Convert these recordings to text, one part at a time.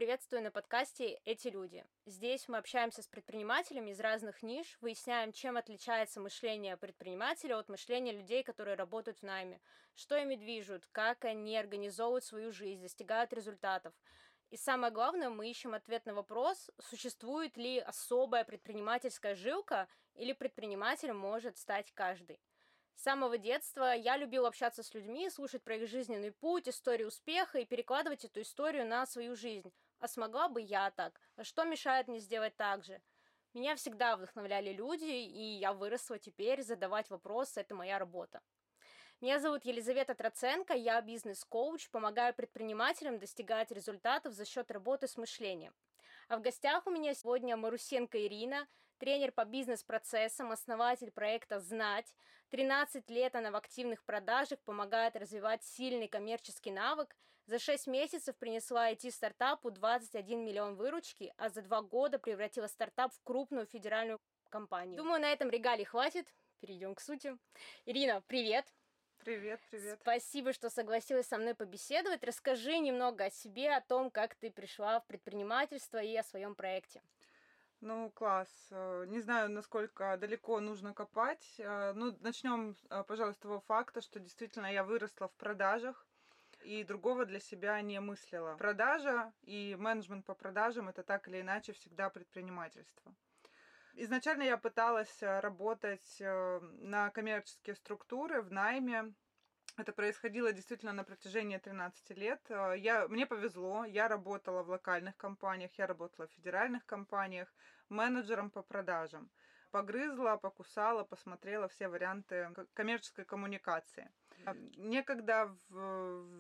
приветствую на подкасте «Эти люди». Здесь мы общаемся с предпринимателями из разных ниш, выясняем, чем отличается мышление предпринимателя от мышления людей, которые работают в найме, что ими движут, как они организовывают свою жизнь, достигают результатов. И самое главное, мы ищем ответ на вопрос, существует ли особая предпринимательская жилка или предпринимателем может стать каждый. С самого детства я любил общаться с людьми, слушать про их жизненный путь, историю успеха и перекладывать эту историю на свою жизнь. А смогла бы я так? А что мешает мне сделать так же? Меня всегда вдохновляли люди, и я выросла теперь задавать вопросы, это моя работа. Меня зовут Елизавета Троценко, я бизнес-коуч, помогаю предпринимателям достигать результатов за счет работы с мышлением. А в гостях у меня сегодня Марусенко Ирина, тренер по бизнес-процессам, основатель проекта «Знать». 13 лет она в активных продажах, помогает развивать сильный коммерческий навык. За 6 месяцев принесла IT-стартапу 21 миллион выручки, а за 2 года превратила стартап в крупную федеральную компанию. Думаю, на этом регалий хватит. Перейдем к сути. Ирина, привет! Привет. Спасибо, что согласилась со мной побеседовать. Расскажи немного о себе, о том, как ты пришла в предпринимательство и о своем проекте. Ну, класс. Не знаю, насколько далеко нужно копать. Начнем, пожалуй, с того факта, что действительно я выросла в продажах и другого для себя не мыслила. Продажа и менеджмент по продажам – это так или иначе всегда предпринимательство. Изначально я пыталась работать на коммерческие структуры в найме. Это происходило действительно на протяжении 13 лет. Мне повезло, я работала в локальных компаниях, я работала в федеральных компаниях, менеджером по продажам. Погрызла, покусала, посмотрела все варианты коммерческой коммуникации. Некогда в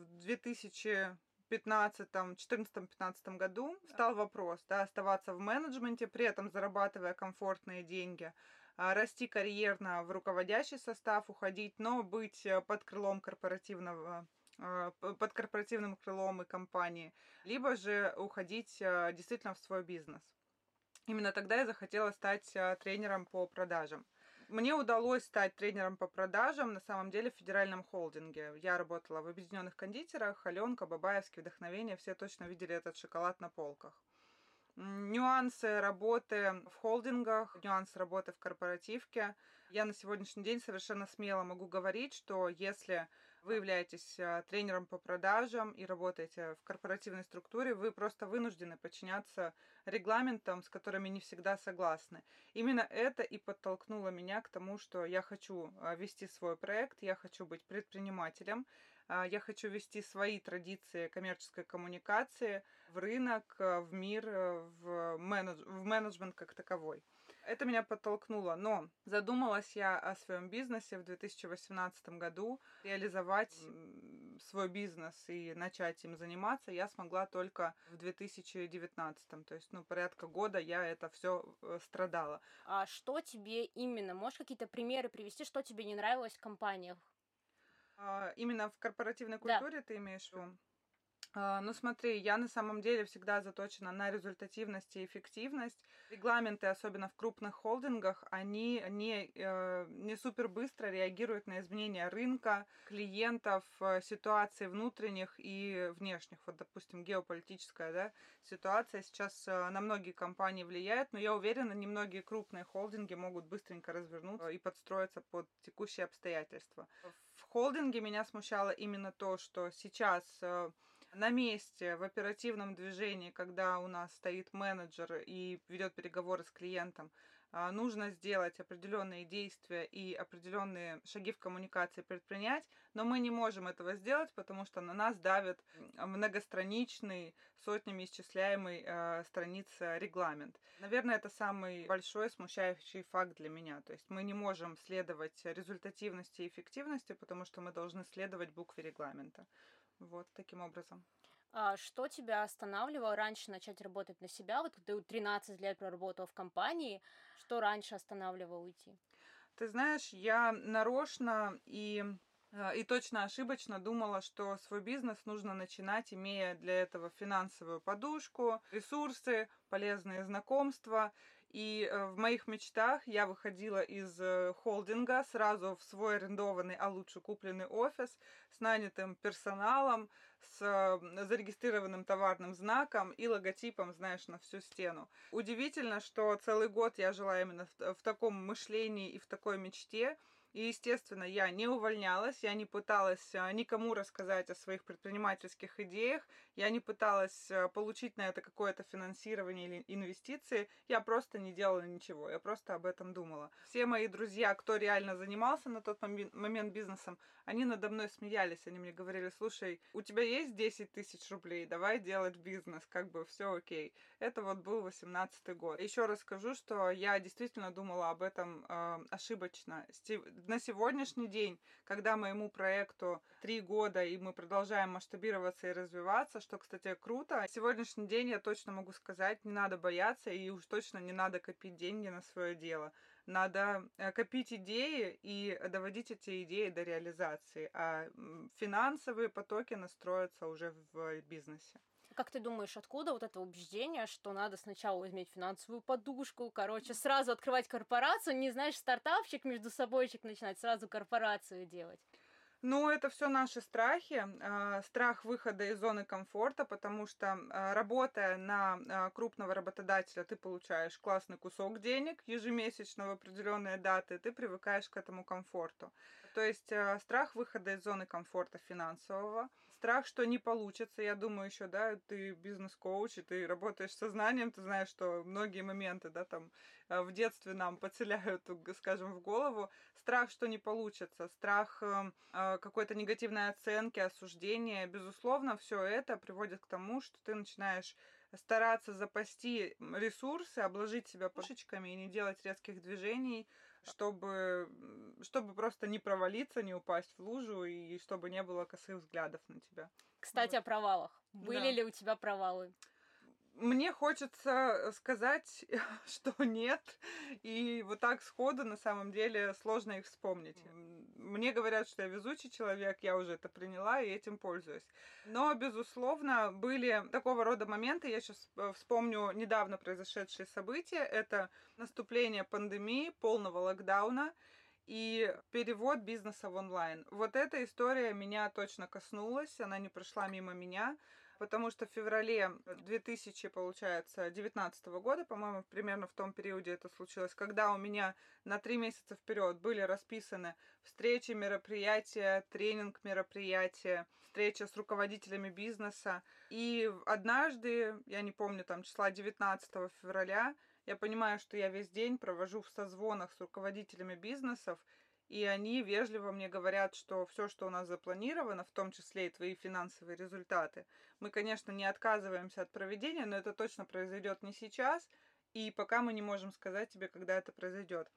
2014-15 году встал вопрос, оставаться в менеджменте, при этом зарабатывая комфортные деньги, расти карьерно в руководящий состав, уходить, но быть под крылом под корпоративным крылом и компании, либо же уходить действительно в свой бизнес. Именно тогда я захотела стать тренером по продажам. Мне удалось стать тренером по продажам на самом деле в федеральном холдинге. Я работала в Объединенных кондитерах, Аленка, Бабаевский, Вдохновение, все точно видели этот шоколад на полках. Нюансы работы в холдингах, нюансы работы в корпоративке. Я на сегодняшний день совершенно смело могу говорить, что если вы являетесь тренером по продажам и работаете в корпоративной структуре, вы просто вынуждены подчиняться регламентам, с которыми не всегда согласны. Именно это и подтолкнуло меня к тому, что я хочу вести свой проект, я хочу быть предпринимателем, я хочу вести свои традиции коммерческой коммуникации в рынок, в мир, в менеджмент как таковой. Это меня подтолкнуло, но задумалась я о своем бизнесе в 2018 году. Реализовать свой бизнес и начать им заниматься я смогла только в 2019. То есть, порядка года я это все страдала. А что тебе именно? Можешь какие-то примеры привести, что тебе не нравилось в компаниях? Именно в корпоративной культуре ты имеешь в виду? Смотри, я на самом деле всегда заточена на результативность и эффективность. Регламенты, особенно в крупных холдингах, они не супер быстро реагируют на изменения рынка, клиентов, ситуаций внутренних и внешних. Вот, допустим, геополитическая ситуация сейчас на многие компании влияет, но я уверена, немногие крупные холдинги могут быстренько развернуться и подстроиться под текущие обстоятельства. В холдинге меня смущало именно то, что сейчас на месте, в оперативном движении, когда у нас стоит менеджер и ведет переговоры с клиентом, нужно сделать определенные действия и определенные шаги в коммуникации предпринять, но мы не можем этого сделать, потому что на нас давит многостраничный, сотнями исчисляемый страниц регламент. Наверное, это самый большой смущающий факт для меня. То есть мы не можем следовать результативности и эффективности, потому что мы должны следовать букве регламента. Вот таким образом. А что тебя останавливало раньше начать работать на себя? Вот ты 13 лет проработала в компании, что раньше останавливало уйти? Ты знаешь, я нарочно и точно ошибочно думала, что свой бизнес нужно начинать, имея для этого финансовую подушку, ресурсы, полезные знакомства. И в моих мечтах я выходила из холдинга сразу в свой арендованный, а лучше купленный офис с нанятым персоналом, с зарегистрированным товарным знаком и логотипом, знаешь, на всю стену. Удивительно, что целый год я жила именно в таком мышлении и в такой мечте. И, естественно, я не увольнялась, я не пыталась никому рассказать о своих предпринимательских идеях, я не пыталась получить на это какое-то финансирование или инвестиции, я просто не делала ничего, я просто об этом думала. Все мои друзья, кто реально занимался на тот момент бизнесом, они надо мной смеялись, они мне говорили: слушай, у тебя есть 10 тысяч рублей, давай делать бизнес, как бы все окей. Это вот был 18-й год. Еще раз скажу, что я действительно думала об этом ошибочно. На сегодняшний день, когда моему проекту 3 года, и мы продолжаем масштабироваться и развиваться, что, кстати, круто, на сегодняшний день я точно могу сказать, не надо бояться и уж точно не надо копить деньги на свое дело. Надо копить идеи и доводить эти идеи до реализации, а финансовые потоки настроятся уже в бизнесе. Как ты думаешь, откуда вот это убеждение, что надо сначала иметь финансовую подушку, короче, сразу открывать корпорацию, не, знаешь, стартапчик между собойчик начинать, сразу корпорацию делать? Ну, это все наши страхи, страх выхода из зоны комфорта, потому что, работая на крупного работодателя, ты получаешь классный кусок денег ежемесячно в определенные даты, ты привыкаешь к этому комфорту. То есть страх выхода из зоны комфорта финансового, страх, что не получится. Я думаю, еще, да, ты бизнес-коуч, и ты работаешь с сознанием, ты знаешь, что многие моменты, да, там в детстве нам подселяют, скажем, в голову. Страх, что не получится, страх какой-то негативной оценки, осуждения. Безусловно, все это приводит к тому, что ты начинаешь стараться запасти ресурсы, обложить себя подушечками и не делать резких движений, чтобы просто не провалиться, не упасть в лужу и чтобы не было косых взглядов на тебя. Кстати, Вот. о провалах. Были Да. ли у тебя провалы? Мне хочется сказать, что нет, и вот так сходу на самом деле сложно их вспомнить. Мне говорят, что я везучий человек, я уже это приняла и этим пользуюсь. Но, безусловно, были такого рода моменты. Я сейчас вспомню недавно произошедшие события. Это наступление пандемии, полного локдауна и перевод бизнеса в онлайн. Вот эта история меня точно коснулась, она не прошла мимо меня. Потому что в феврале 2019 года, по-моему, примерно в том периоде это случилось, когда у меня на 3 месяца вперед были расписаны встречи, мероприятия, тренинг мероприятия, встреча с руководителями бизнеса. И однажды, я не помню, там числа 19 февраля, я понимаю, что я весь день провожу в созвонах с руководителями бизнесов, и они вежливо мне говорят, что все, что у нас запланировано, в том числе и твои финансовые результаты, мы, конечно, не отказываемся от проведения, но это точно произойдет не сейчас, и пока мы не можем сказать тебе, когда это произойдет.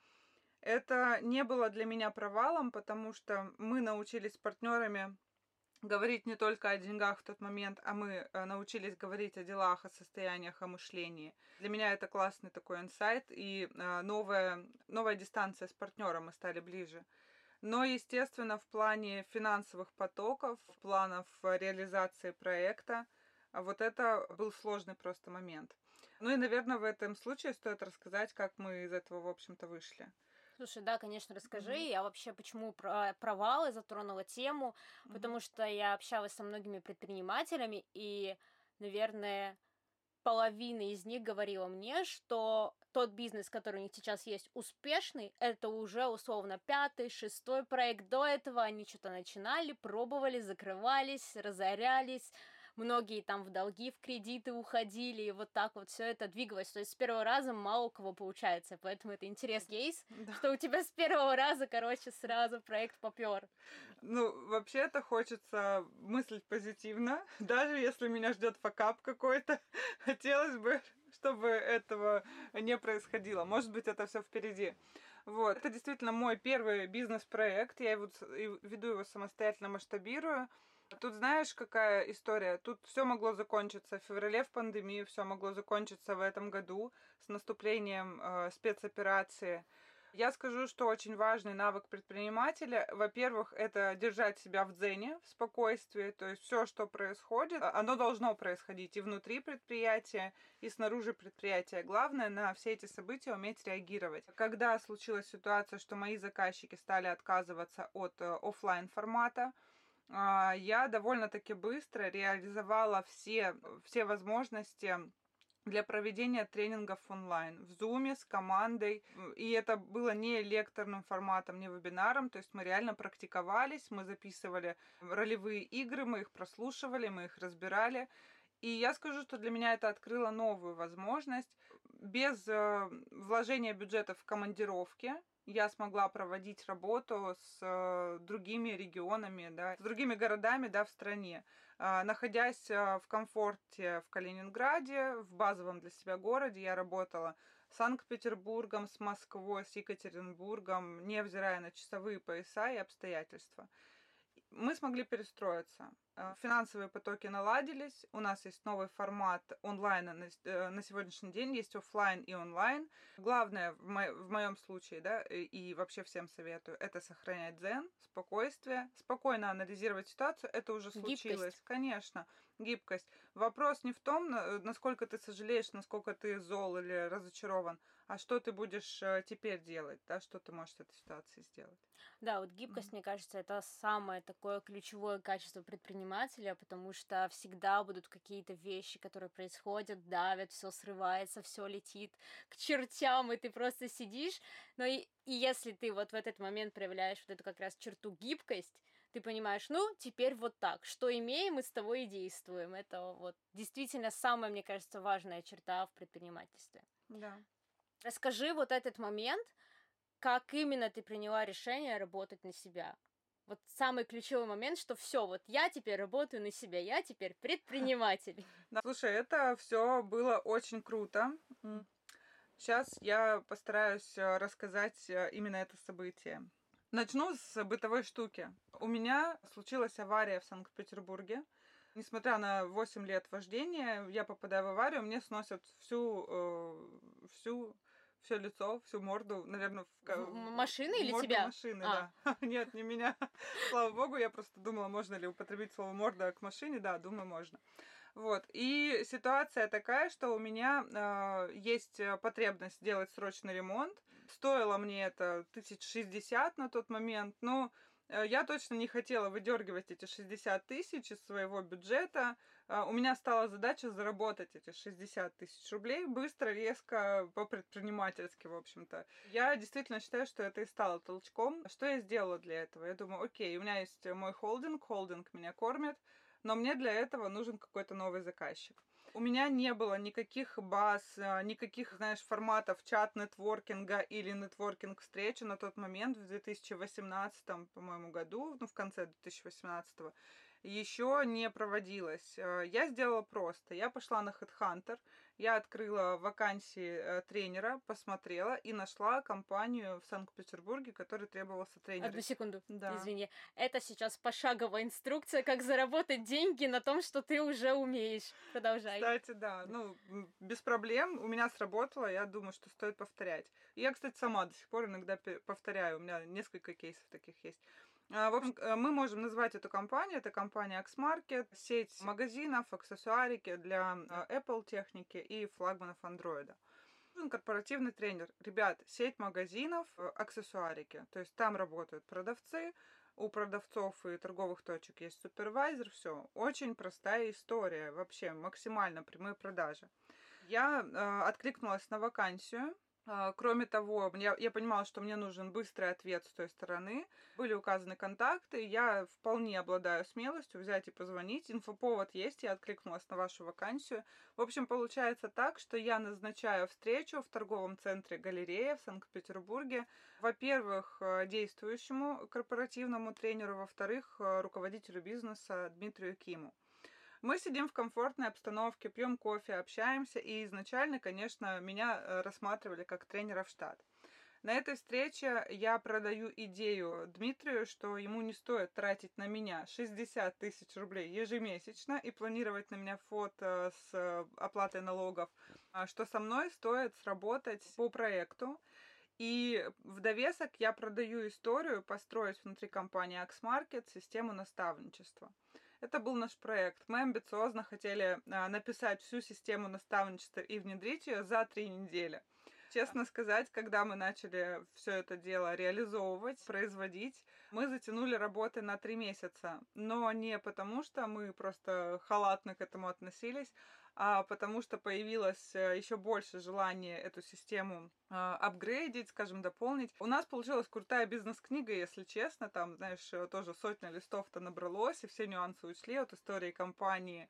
Это не было для меня провалом, потому что мы научились с партнерами говорить не только о деньгах в тот момент, а мы научились говорить о делах, о состояниях, о мышлении. Для меня это классный такой инсайт и новая дистанция с партнером, мы стали ближе. Но, естественно, в плане финансовых потоков, планов реализации проекта, вот это был сложный просто момент. Ну и, наверное, в этом случае стоит рассказать, как мы из этого, в общем-то, вышли. Слушай, да, конечно, расскажи. Мгм. Я вообще почему про провалы затронула тему, Мгм. потому что я общалась со многими предпринимателями, и, наверное, половина из них говорила мне, что тот бизнес, который у них сейчас есть, успешный, это уже условно пятый, шестой проект. До этого они что-то начинали, пробовали, закрывались, разорялись. Многие там в долги, в кредиты уходили, и вот так вот все это двигалось. То есть с первого раза мало у кого получается, поэтому это интересный кейс, Да. что у тебя с первого раза, короче, сразу проект попер. Ну, вообще-то хочется мыслить позитивно, даже если меня ждет факап какой-то. Хотелось бы, чтобы этого не происходило. Может быть, это все впереди. Вот. Это действительно мой первый бизнес-проект. Я веду его самостоятельно, масштабирую. Тут знаешь, какая история? Тут все могло закончиться в феврале в пандемии, все могло закончиться в этом году с наступлением спецоперации. Я скажу, что очень важный навык предпринимателя, во-первых, это держать себя в дзене, в спокойствии, то есть все, что происходит, оно должно происходить и внутри предприятия, и снаружи предприятия. Главное на все эти события уметь реагировать. Когда случилась ситуация, что мои заказчики стали отказываться от оффлайн формата, я довольно-таки быстро реализовала все возможности для проведения тренингов онлайн в Zoom с командой. И это было не лекторным форматом, не вебинаром, то есть мы реально практиковались, мы записывали ролевые игры, мы их прослушивали, мы их разбирали. И я скажу, что для меня это открыло новую возможность. Без вложения бюджета в командировки я смогла проводить работу с другими регионами, да, с другими городами, да, в стране. Находясь в комфорте в Калининграде, в базовом для себя городе, я работала с Санкт-Петербургом, с Москвой, с Екатеринбургом, невзирая на часовые пояса и обстоятельства. Мы смогли перестроиться. Финансовые потоки наладились. У нас есть новый формат онлайна на сегодняшний день. Есть офлайн и онлайн. Главное в моем случае, да, и вообще всем советую, это сохранять дзен, спокойствие, спокойно анализировать ситуацию. Это уже случилось. Гибкость. Конечно, гибкость. Вопрос не в том, насколько ты сожалеешь, насколько ты зол или разочарован, а что ты будешь теперь делать, да, что ты можешь с этой ситуацией сделать. Да, вот гибкость, мне кажется, это самое такое ключевое качество предпринимателя, потому что всегда будут какие-то вещи, которые происходят, давят, все срывается, все летит к чертям, и ты просто сидишь. Но и если ты вот в этот момент проявляешь вот эту как раз черту гибкость, ты понимаешь, ну, теперь вот так, что имеем, мы с того и действуем. Это вот действительно самая, мне кажется, важная черта в предпринимательстве. Да. Расскажи вот этот момент, как именно ты приняла решение работать на себя? Вот самый ключевой момент, что все, вот я теперь работаю на себя, я теперь предприниматель. Да, слушай, это все было очень круто. Сейчас я постараюсь рассказать именно это событие. Начну с бытовой штуки. У меня случилась авария в Санкт-Петербурге. Несмотря на 8 лет вождения, я попадаю в аварию, мне сносят все лицо, всю морду, наверное, Машины или морду тебя? машины, да. Нет, не меня. Слава богу, я просто думала, можно ли употребить слово морда к машине. Да, думаю, можно. Вот. И ситуация такая, что у меня есть потребность сделать срочный ремонт. Стоило мне это 1060 на тот момент. Но я точно не хотела выдергивать эти 60 тысяч из своего бюджета. У меня стала задача заработать эти 60 тысяч рублей быстро, резко, по-предпринимательски, в общем-то. Я действительно считаю, что это и стало толчком. Что я сделала для этого? Я думаю, окей, у меня есть мой холдинг меня кормит, но мне для этого нужен какой-то новый заказчик. У меня не было никаких баз, никаких, знаешь, форматов чат-нетворкинга или нетворкинг-встречи на тот момент, в 2018, по-моему, году, ну, в конце 2018 еще не проводилось. Я сделала просто. Я пошла на HeadHunter, я открыла вакансии тренера, посмотрела и нашла компанию в Санкт-Петербурге, которой требовался тренер. Одну секунду, Да. извини. Это сейчас пошаговая инструкция, как заработать деньги на том, что ты уже умеешь. Продолжай. Кстати, да, ну, без проблем. У меня сработало, я думаю, что стоит повторять. Я, кстати, сама до сих пор иногда повторяю, у меня несколько кейсов таких есть. В общем, мы можем назвать эту компанию, это компания Axmarket, сеть магазинов, аксессуарики для Apple техники и флагманов Android. Нужен корпоративный тренер. Ребят, сеть магазинов, аксессуарики, то есть там работают продавцы, у продавцов и торговых точек есть супервайзер, все. Очень простая история, вообще максимально прямые продажи. Я откликнулась на вакансию. Кроме того, я понимала, что мне нужен быстрый ответ с той стороны. Были указаны контакты. Я вполне обладаю смелостью взять и позвонить. Инфоповод есть, я откликнулась на вашу вакансию. В общем, получается так, что я назначаю встречу в торговом центре «Галерея» в Санкт-Петербурге. Во-первых, действующему корпоративному тренеру, во-вторых, руководителю бизнеса Дмитрию Киму. Мы сидим в комфортной обстановке, пьем кофе, общаемся, и изначально, конечно, меня рассматривали как тренера в штат. На этой встрече я продаю идею Дмитрию, что ему не стоит тратить на меня 60 тысяч рублей ежемесячно и планировать на меня фото с оплатой налогов, что со мной стоит сработать по проекту. И в довесок я продаю историю построить внутри компании Axmarket систему наставничества. Это был наш проект. Мы амбициозно хотели написать всю систему наставничества и внедрить ее за 3 недели. Честно сказать, когда мы начали все это дело реализовывать, производить, мы затянули работы на 3 месяца. Но не потому, что мы просто халатно к этому относились, а потому что появилось еще больше желания эту систему апгрейдить, скажем, дополнить. У нас получилась крутая бизнес-книга, если честно, там, знаешь, тоже сотня листов-то набралось, и все нюансы учли от истории компании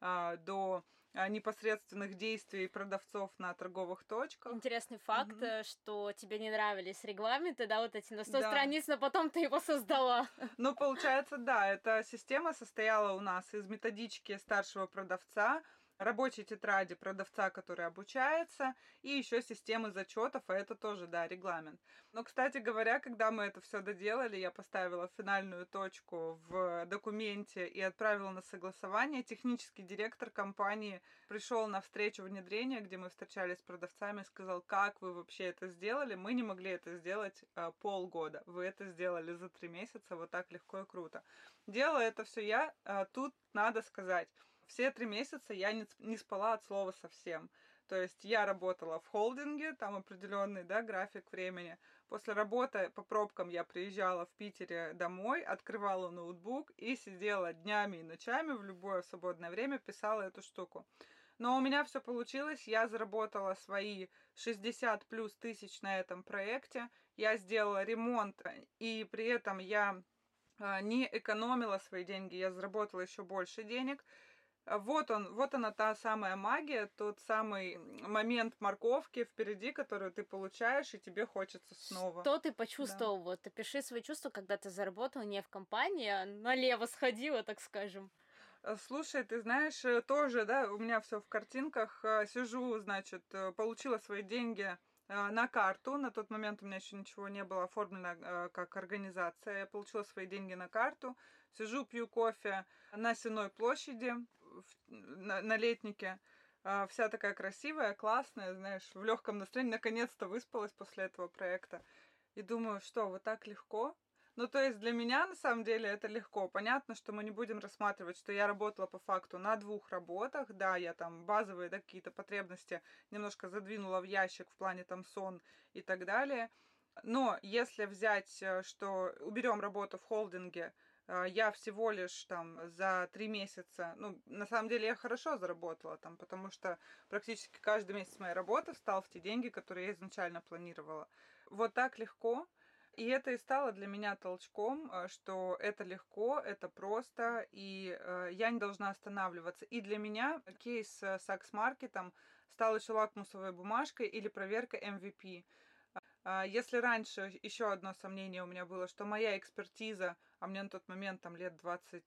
до непосредственных действий продавцов на торговых точках. Интересный факт, что тебе не нравились регламенты, да, вот эти на 100 Да. страниц, но потом ты его создала. Ну, получается, да, эта система состояла у нас из методички старшего продавца, рабочей тетради продавца, который обучается, и еще системы зачетов, а это тоже, да, регламент. Но, кстати говоря, когда мы это все доделали, я поставила финальную точку в документе и отправила на согласование, технический директор компании пришел на встречу внедрения, где мы встречались с продавцами, и сказал: как вы вообще это сделали? Мы не могли это сделать полгода. Вы это сделали за 3 месяца, вот так легко и круто. Делала это все я, тут надо сказать. Все 3 месяца я не спала от слова совсем. То есть я работала в холдинге, там определенный, да, график времени. После работы по пробкам я приезжала в Питере домой, открывала ноутбук и сидела днями и ночами в любое свободное время, писала эту штуку. Но у меня все получилось, я заработала свои 60 плюс тысяч на этом проекте, я сделала ремонт, и при этом я не экономила свои деньги, я заработала еще больше денег. Вот она та самая магия, тот самый момент морковки впереди, которую ты получаешь, и тебе хочется снова. Что ты почувствовал? Да. Вот опиши свои чувства, когда ты заработала не в компании, а налево сходила, так скажем. Слушай, ты знаешь, тоже, да, у меня все в картинках. Сижу, значит, получила свои деньги на карту. На тот момент у меня еще ничего не было оформлено как организация. Я получила свои деньги на карту. Сижу, пью кофе на Сенной площади, на Летнике. Вся такая красивая, классная, знаешь, в легком настроении. Наконец-то выспалась после этого проекта. И думаю, что, вот так легко? Ну, то есть для меня, на самом деле, это легко. Понятно, что мы не будем рассматривать, что я работала по факту на 2 работах. Да, я там базовые, да, какие-то потребности немножко задвинула в ящик в плане там сон и так далее. Но если взять, что уберем работу в холдинге, я всего лишь там за 3 месяца, ну, на самом деле я хорошо заработала там, потому что практически каждый месяц моей работы встал в те деньги, которые я изначально планировала. Вот так легко. И это и стало для меня толчком, что это легко, это просто, и я не должна останавливаться. И для меня кейс с Axmarket стал еще лакмусовой бумажкой или проверка MVP. Если раньше еще одно сомнение у меня было, что моя экспертиза, а мне на тот момент там лет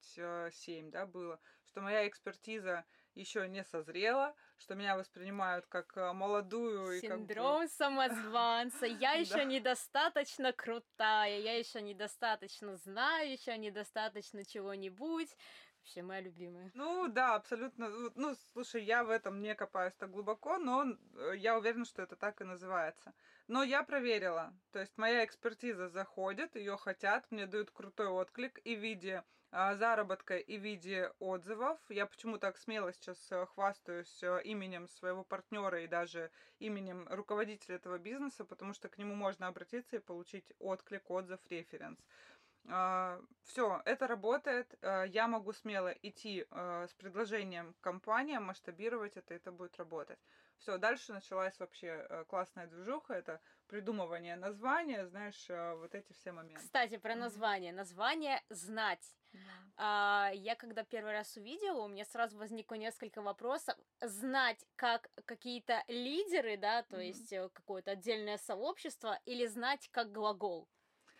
27, да, было, что моя экспертиза еще не созрела, что меня воспринимают как молодую. Синдром и самозванца. Я еще недостаточно крутая, я еще недостаточно знаю, еще недостаточно чего-нибудь. Вообще моя любимая. Ну да, абсолютно. Ну, слушай, я в этом не копаюсь так глубоко, но я уверена, что это так и называется. Но я проверила. То есть моя экспертиза заходит, ее хотят, мне дают крутой отклик и в виде заработка, и в виде отзывов. Я почему так смело сейчас хвастаюсь именем своего партнера и даже именем руководителя этого бизнеса, потому что к нему можно обратиться и получить отклик, отзыв, референс. Все, это работает. Я могу смело идти с предложением к компаниям, масштабировать это будет работать. Все, дальше началась вообще классная движуха, это придумывание названия, знаешь, вот эти все моменты. Кстати, про название. Название «Знать». Я когда первый раз увидела, у меня сразу возникло несколько вопросов. Знать как какие-то лидеры, да, то есть какое-то отдельное сообщество, или знать как глагол?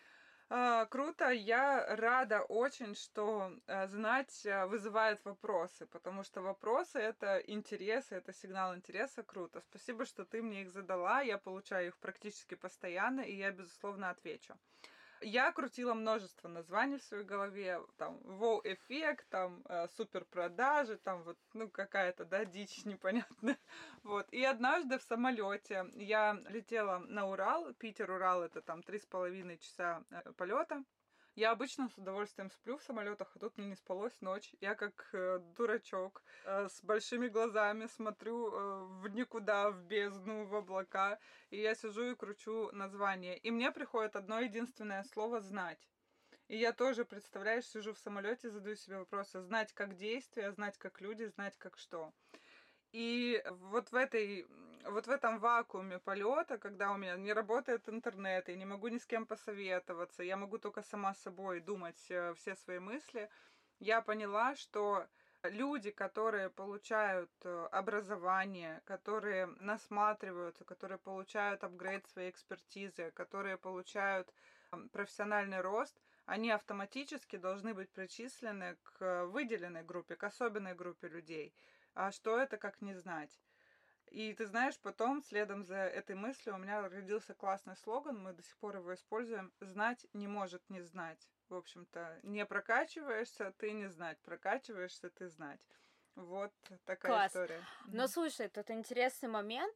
Круто, я рада очень, что знать вызывает вопросы, потому что вопросы — это интересы, это сигнал интереса, круто. Спасибо, что ты мне их задала, я получаю их практически постоянно, и я, безусловно, отвечу. Я крутила множество названий в своей голове, там, воу-эффект, там, суперпродажи, там, вот, ну, какая-то, да, дичь непонятная, вот. И однажды в самолете я летела на Урал, Питер-Урал, это там 3,5 часа полета. Я обычно с удовольствием сплю в самолетах, а тут мне не спалось ночь. Я как дурачок с большими глазами смотрю в никуда, в бездну, в облака. И я сижу и кручу название. И мне приходит одно единственное слово «знать». И я тоже, представляешь, сижу в самолете, задаю себе вопросы. Знать как действия, знать как люди, знать как что. И вот в этом вакууме полета, когда у меня не работает интернет, я не могу ни с кем посоветоваться, я могу только сама с собой думать все свои мысли, я поняла, что люди, которые получают образование, которые насматриваются, которые получают апгрейд своей экспертизы, которые получают профессиональный рост, они автоматически должны быть причислены к выделенной группе, к особенной группе людей. А что это, как не знать? И ты знаешь, потом, следом за этой мыслью, у меня родился классный слоган, мы до сих пор его используем: «Знать не может не знать». В общем-то, не прокачиваешься, ты не знать, прокачиваешься, ты знать. Вот такая Класс. история. Но слушай, тут интересный момент.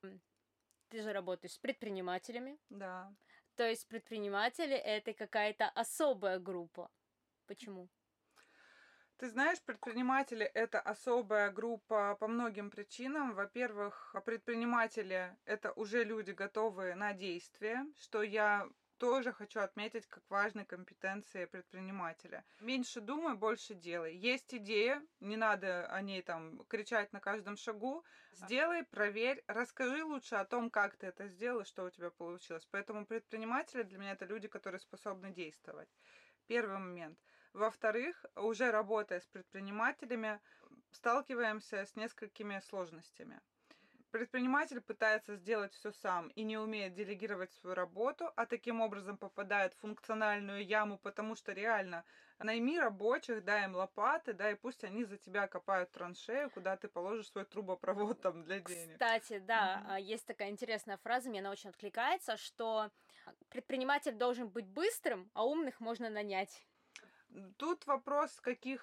Ты же работаешь с предпринимателями. Да. То есть предприниматели — это какая-то особая группа. Почему? Ты знаешь, предприниматели — это особая группа по многим причинам. Во-первых, предприниматели — это уже люди, готовые на действие, что я тоже хочу отметить как важной компетенции предпринимателя. Меньше думай, больше делай. Есть идея, не надо о ней там кричать на каждом шагу. Сделай, проверь, расскажи лучше о том, как ты это сделал и что у тебя получилось. Поэтому предприниматели для меня — это люди, которые способны действовать. Первый момент. Во-вторых, уже работая с предпринимателями, сталкиваемся с несколькими сложностями. Предприниматель пытается сделать все сам и не умеет делегировать свою работу, а таким образом попадает в функциональную яму, потому что реально найми рабочих, дай им лопаты, да, и пусть они за тебя копают траншею, куда ты положишь свой трубопровод там для денег. Кстати, да, Мгм. есть такая интересная фраза, мне она очень откликается, что предприниматель должен быть быстрым, а умных можно нанять. Тут вопрос,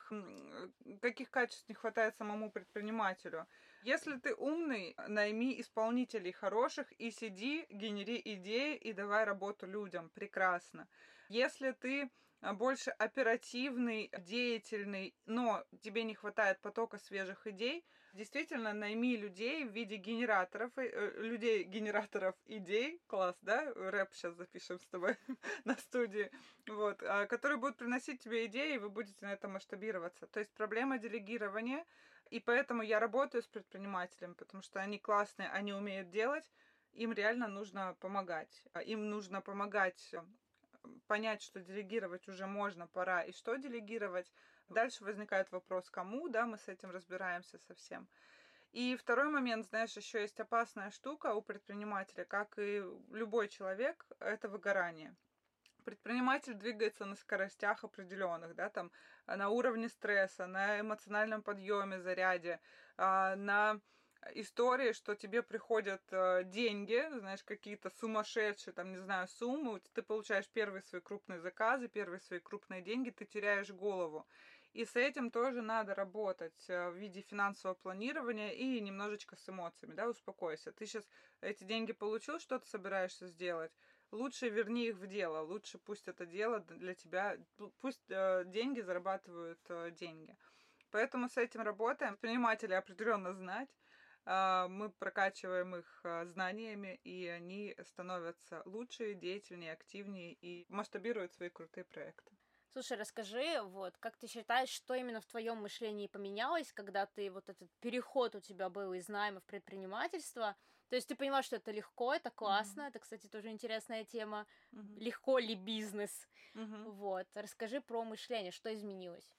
каких качеств не хватает самому предпринимателю. Если ты умный, найми исполнителей хороших и сиди, генери идеи и давай работу людям. Прекрасно. Если ты больше оперативный, деятельный, но тебе не хватает потока свежих идей, действительно найми людей в виде людей-генераторов идей. Класс, да? Рэп сейчас запишем с тобой на студии. Вот, которые будут приносить тебе идеи, и вы будете на это масштабироваться. То есть проблема делегирования, и поэтому я работаю с предпринимателями, потому что они классные, они умеют делать, им реально нужно помогать. Им нужно помогать понять, что делегировать уже можно, пора, и что делегировать. Дальше возникает вопрос, кому, да, мы с этим разбираемся совсем. И второй момент, знаешь, еще есть опасная штука у предпринимателя, как и любой человек, это выгорание. Предприниматель двигается на скоростях определенных, да, там на уровне стресса, на эмоциональном подъеме, заряде, на истории, что тебе приходят деньги, знаешь, какие-то сумасшедшие, там, не знаю, суммы, ты получаешь первые свои крупные заказы, первые свои крупные деньги, ты теряешь голову. И с этим тоже надо работать в виде финансового планирования и немножечко с эмоциями, да, успокойся. Ты сейчас эти деньги получил, что ты собираешься сделать? Лучше верни их в дело, лучше пусть это дело для тебя, пусть деньги зарабатывают деньги. Поэтому с этим работаем. Предприниматели определенно знать. Мы прокачиваем их знаниями, и они становятся лучше, деятельнее, активнее и масштабируют свои крутые проекты. Слушай, расскажи, вот, как ты считаешь, что именно в твоем мышлении поменялось, когда ты вот этот переход у тебя был из найма в предпринимательство? То есть ты поняла, что это легко, это классно, Мгм. это, кстати, тоже интересная тема. Мгм. Легко ли бизнес? Мгм. Вот, расскажи про мышление, что изменилось?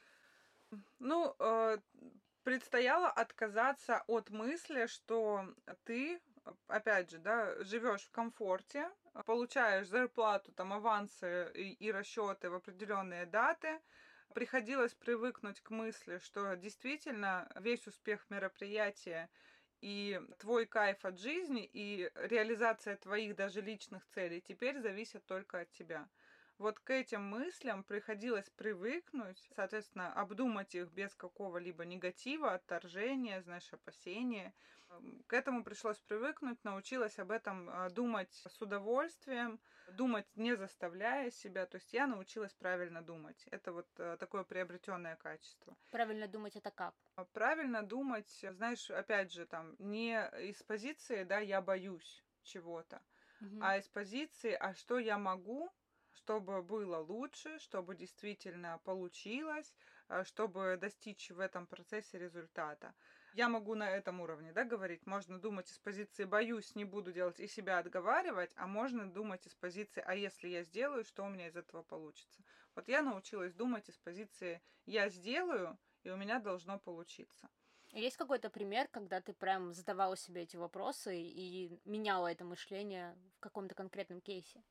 Ну, предстояло отказаться от мысли, что ты, опять же, да, живешь в комфорте, получаешь зарплату, там, авансы и расчеты в определенные даты. Приходилось привыкнуть к мысли, что действительно весь успех мероприятия и твой кайф от жизни, и реализация твоих даже личных целей теперь зависят только от тебя. вот к этим мыслям приходилось привыкнуть, соответственно, обдумать их без какого-либо негатива, отторжения, знаешь, опасения. К этому пришлось привыкнуть, научилась об этом думать с удовольствием, думать не заставляя себя. То есть я научилась правильно думать. Это вот такое приобретенное качество. Правильно думать это как? Правильно думать, знаешь, опять же, там, не из позиции, да, я боюсь чего-то, Мгм. а из позиции, а что я могу, чтобы было лучше, чтобы действительно получилось, чтобы достичь в этом процессе результата. Я могу на этом уровне, да, говорить. Можно думать из позиции «боюсь, не буду делать» и себя отговаривать, а можно думать из позиции «а если я сделаю, что у меня из этого получится?» Вот я научилась думать из позиции «я сделаю, и у меня должно получиться». Есть какой-то пример, когда ты прям задавала себе эти вопросы и меняла это мышление в каком-то конкретном кейсе?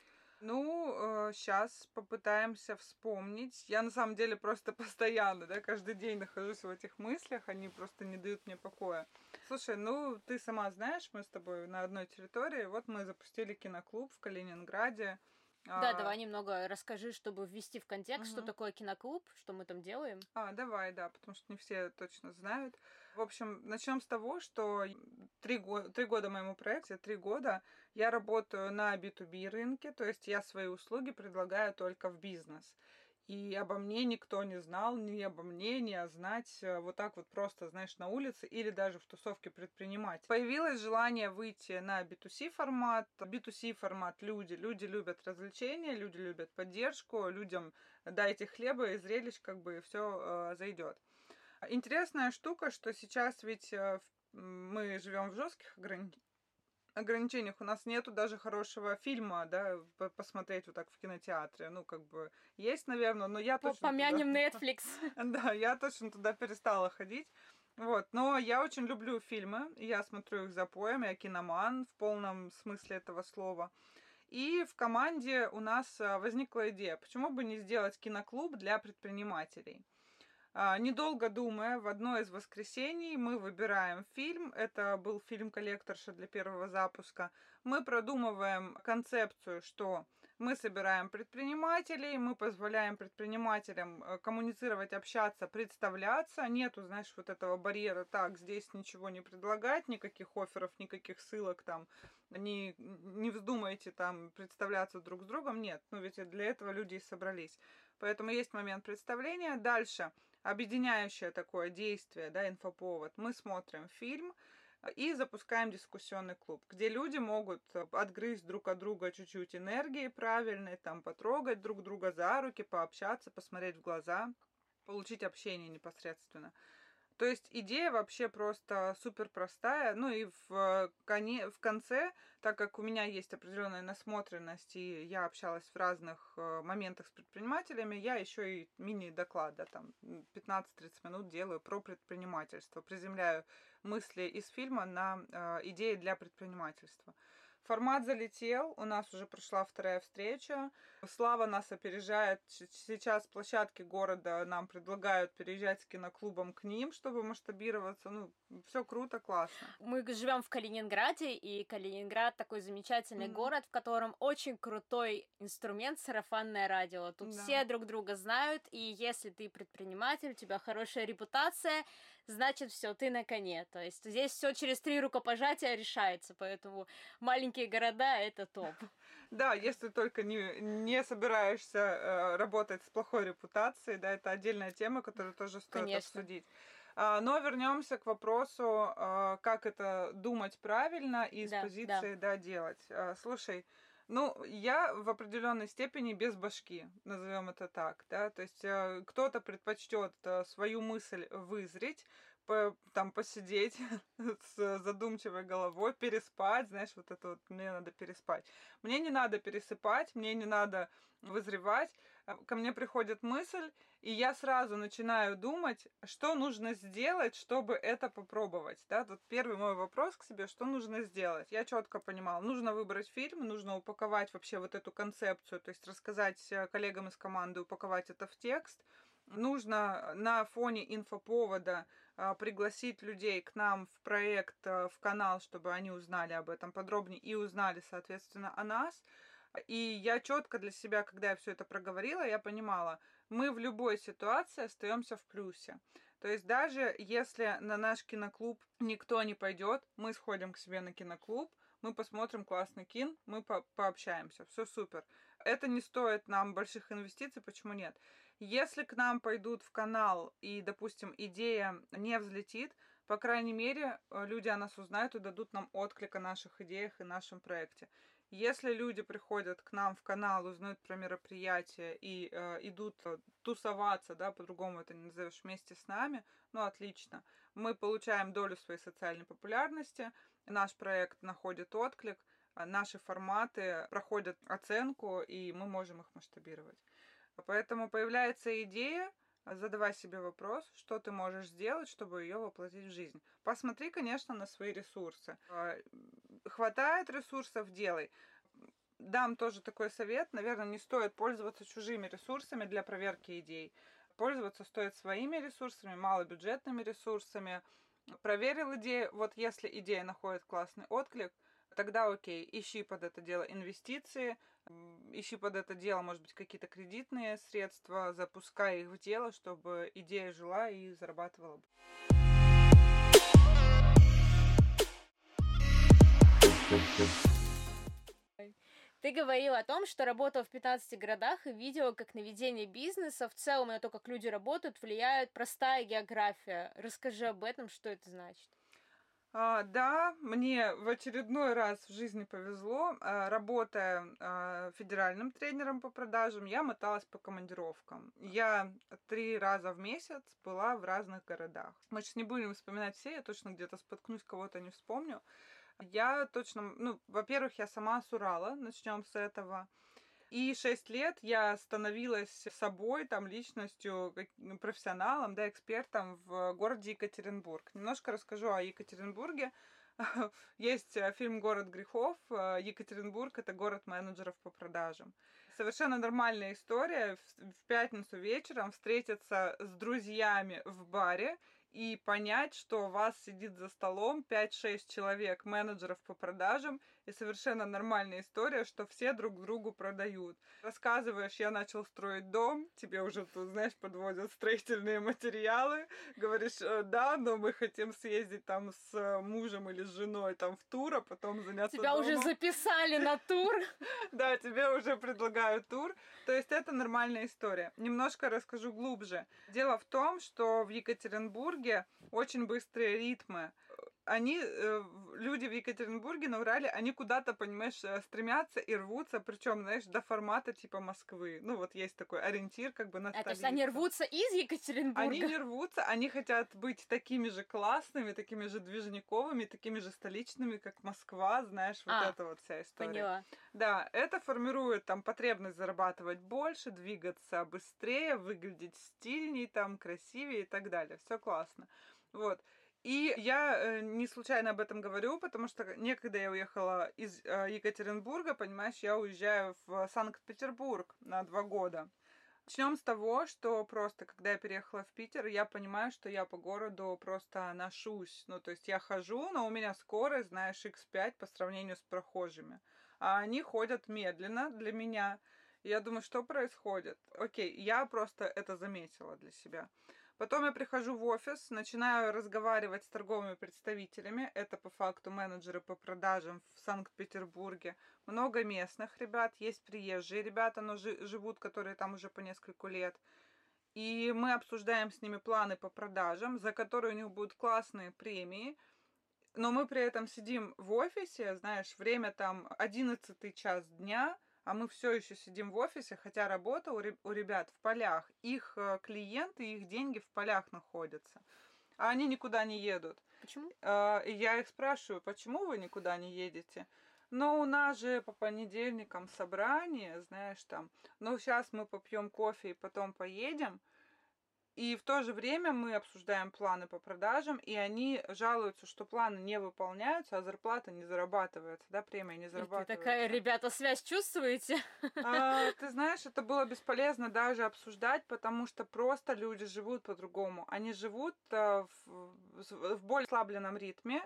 Ну, сейчас попытаемся вспомнить. Я на самом деле просто постоянно, да, каждый день нахожусь в этих мыслях, они просто не дают мне покоя. Слушай, ну ты сама знаешь, мы с тобой на одной территории. Вот мы запустили киноклуб в Калининграде. Да, А, давай немного расскажи, чтобы ввести в контекст, что мгм. такое киноклуб, что мы там делаем. Давай, да, потому что не все точно знают. В общем, начнем с того, что 3 года моему проекту, 3 года я работаю на B2B рынке, то есть я свои услуги предлагаю только в бизнес. И обо мне никто не знал, ни обо мне, ни о знать вот так вот просто, знаешь, на улице или даже в тусовке предпринимать. Появилось желание выйти на B2C формат. B2C формат люди любят развлечения, люди любят поддержку, людям дайте хлеба и зрелищ, как бы и все зайдет. Интересная штука, что сейчас ведь мы живем в жестких ограничениях. У нас нету даже хорошего фильма, да, посмотреть вот так в кинотеатре. Ну, как бы есть, наверное, но я точно туда, Помянем Netflix. да, я точно туда перестала ходить. Вот, но я очень люблю фильмы, я смотрю их запоем, я киноман в полном смысле этого слова. И в команде у нас возникла идея, почему бы не сделать киноклуб для предпринимателей. Недолго думая, в одно из воскресений мы выбираем фильм. Это был фильм «Коллекторша» для первого запуска. Мы продумываем концепцию, что мы собираем предпринимателей, мы позволяем предпринимателям коммуницировать, общаться, представляться. Нету, знаешь, вот этого барьера, так, здесь ничего не предлагать, никаких офферов, никаких ссылок там, не вздумайте там представляться друг с другом. Нет, ну ведь для этого люди и собрались. Поэтому есть момент представления. Дальше объединяющее такое действие, да, инфоповод. Мы смотрим фильм и запускаем дискуссионный клуб, где люди могут отгрызть друг от друга чуть-чуть энергии правильной, там потрогать друг друга за руки, пообщаться, посмотреть в глаза, получить общение непосредственно. То есть идея вообще просто супер простая. Ну и в конце, так как у меня есть определенная насмотренность, и я общалась в разных моментах с предпринимателями, я еще и мини-доклад, да, там 15-30 минут делаю про предпринимательство, приземляю мысли из фильма на идеи для предпринимательства. Формат залетел, у нас уже прошла вторая встреча. Слава нас опережает. Сейчас площадки города нам предлагают переезжать с киноклубом к ним, чтобы масштабироваться. Ну, все круто, классно. Мы живем в Калининграде, и Калининград такой замечательный город, в котором очень крутой инструмент сарафанное радио. Тут Да. все друг друга знают, и если ты предприниматель, у тебя хорошая репутация, значит, все, ты на коне. То есть здесь все через 3 рукопожатия решается, поэтому маленькие города это топ. Да, если только не собираешься работать с плохой репутацией, да, это отдельная тема, которую тоже стоит Конечно. обсудить. Но вернемся к вопросу, как это думать правильно и с Да, да. позиции, да, делать. Слушай, ну, я в определенной степени без башки, назовем это так, да, то есть кто-то предпочтет свою мысль вызреть, там посидеть с задумчивой головой, переспать, знаешь, вот это вот мне надо переспать. Мне не надо пересыпать, мне не надо вызревать. Ко мне приходит мысль, и я сразу начинаю думать, что нужно сделать, чтобы это попробовать. Да? Тут первый мой вопрос к себе, что нужно сделать. Я четко понимала, нужно выбрать фильм, нужно упаковать вообще вот эту концепцию, то есть рассказать коллегам из команды, упаковать это в текст. Нужно на фоне инфоповода пригласить людей к нам в проект, в канал, чтобы они узнали об этом подробнее и узнали, соответственно, о нас. И я четко для себя, когда я все это проговорила, я понимала, мы в любой ситуации остаемся в плюсе. То есть даже если на наш киноклуб никто не пойдет, мы сходим к себе на киноклуб, мы посмотрим классный кино, мы пообщаемся, все супер. Это не стоит нам больших инвестиций, почему нет? Если к нам пойдут в канал и, допустим, идея не взлетит, по крайней мере, люди о нас узнают и дадут нам отклик о наших идеях и нашем проекте. Если люди приходят к нам в канал, узнают про мероприятие и идут тусоваться, да, по-другому это не назовешь, вместе с нами, ну, отлично. Мы получаем долю своей социальной популярности, наш проект находит отклик, наши форматы проходят оценку, и мы можем их масштабировать. Поэтому появляется идея, задавай себе вопрос, что ты можешь сделать, чтобы ее воплотить в жизнь. Посмотри, конечно, на свои ресурсы. Хватает ресурсов — делай. Дам тоже такой совет. Наверное, не стоит пользоваться чужими ресурсами для проверки идей. Пользоваться стоит своими ресурсами, малобюджетными ресурсами. Проверил идею. Вот если идея находит классный отклик, тогда окей, ищи под это дело инвестиции, ищи под это дело, может быть, какие-то кредитные средства, запускай их в дело, чтобы идея жила и зарабатывала. Ты говорила о том, что работал в 15 городах и видела, как на ведение бизнеса, в целом на то, как люди работают, влияет простая география. Расскажи об этом, что это значит. Да, мне в очередной раз в жизни повезло. Работая федеральным тренером по продажам, я моталась по командировкам. Я 3 раза в месяц была в разных городах. Мы сейчас не будем вспоминать все, я точно где-то споткнусь, кого-то не вспомню. Я точно, во-первых, я сама с Урала, начнем с этого. И 6 лет я становилась собой, там, личностью, профессионалом, да, экспертом в городе Екатеринбург. Немножко расскажу о Екатеринбурге. Есть фильм «Город грехов». Екатеринбург — это город менеджеров по продажам. Совершенно нормальная история. В пятницу вечером встретиться с друзьями в баре и понять, что у вас сидит за столом 5-6 человек, менеджеров по продажам, и совершенно нормальная история, что все друг другу продают. Рассказываешь, я начал строить дом, тебе уже тут, знаешь, подводят строительные материалы, говоришь, да, но мы хотим съездить там с мужем или с женой там в тур, а потом заняться Тебя домом. уже записали на тур. Да, тебе уже предлагают тур. То есть это нормальная история. Немножко расскажу глубже. Дело в том, что в Екатеринбурге очень быстрые ритмы. Люди в Екатеринбурге, на Урале, они куда-то, понимаешь, стремятся и рвутся, причем, знаешь, до формата типа Москвы. Ну, вот есть такой ориентир как бы на столицу. То есть они рвутся из Екатеринбурга? Они не рвутся, они хотят быть такими же классными, такими же движниковыми, такими же столичными, как Москва, знаешь, вот эта вот вся история. Поняла. Да, это формирует там потребность зарабатывать больше, двигаться быстрее, выглядеть стильней, там, красивее и так далее. Все классно. Вот. И я не случайно об этом говорю, потому что некогда я уехала из Екатеринбурга, понимаешь, я уезжаю в Санкт-Петербург на 2 года. Начнем с того, что просто, когда я переехала в Питер, я понимаю, что я по городу просто ношусь. Ну, то есть я хожу, но у меня скорость, знаешь, x5 по сравнению с прохожими. А они ходят медленно для меня. И я думаю, что происходит? Окей, я просто это заметила для себя. Потом я прихожу в офис, начинаю разговаривать с торговыми представителями. Это по факту менеджеры по продажам в Санкт-Петербурге. Много местных ребят, есть приезжие ребята, но живут, которые там уже по нескольку лет. И мы обсуждаем с ними планы по продажам, за которые у них будут классные премии. Но мы при этом сидим в офисе, знаешь, время там 11 час дня, а мы все еще сидим в офисе, хотя работа у ребят в полях. Их клиенты, их деньги в полях находятся. А они никуда не едут. Почему? И я их спрашиваю, почему вы никуда не едете? Ну, у нас же по понедельникам собрание, знаешь, там. Ну, сейчас мы попьем кофе и потом поедем. И в то же время мы обсуждаем планы по продажам, и они жалуются, что планы не выполняются, а зарплата не зарабатывается, да, премия не И ты такая, зарабатывается. ребята, связь чувствуете? Ты знаешь, это было бесполезно даже обсуждать, потому что просто люди живут по-другому. Они живут в более ослабленном ритме,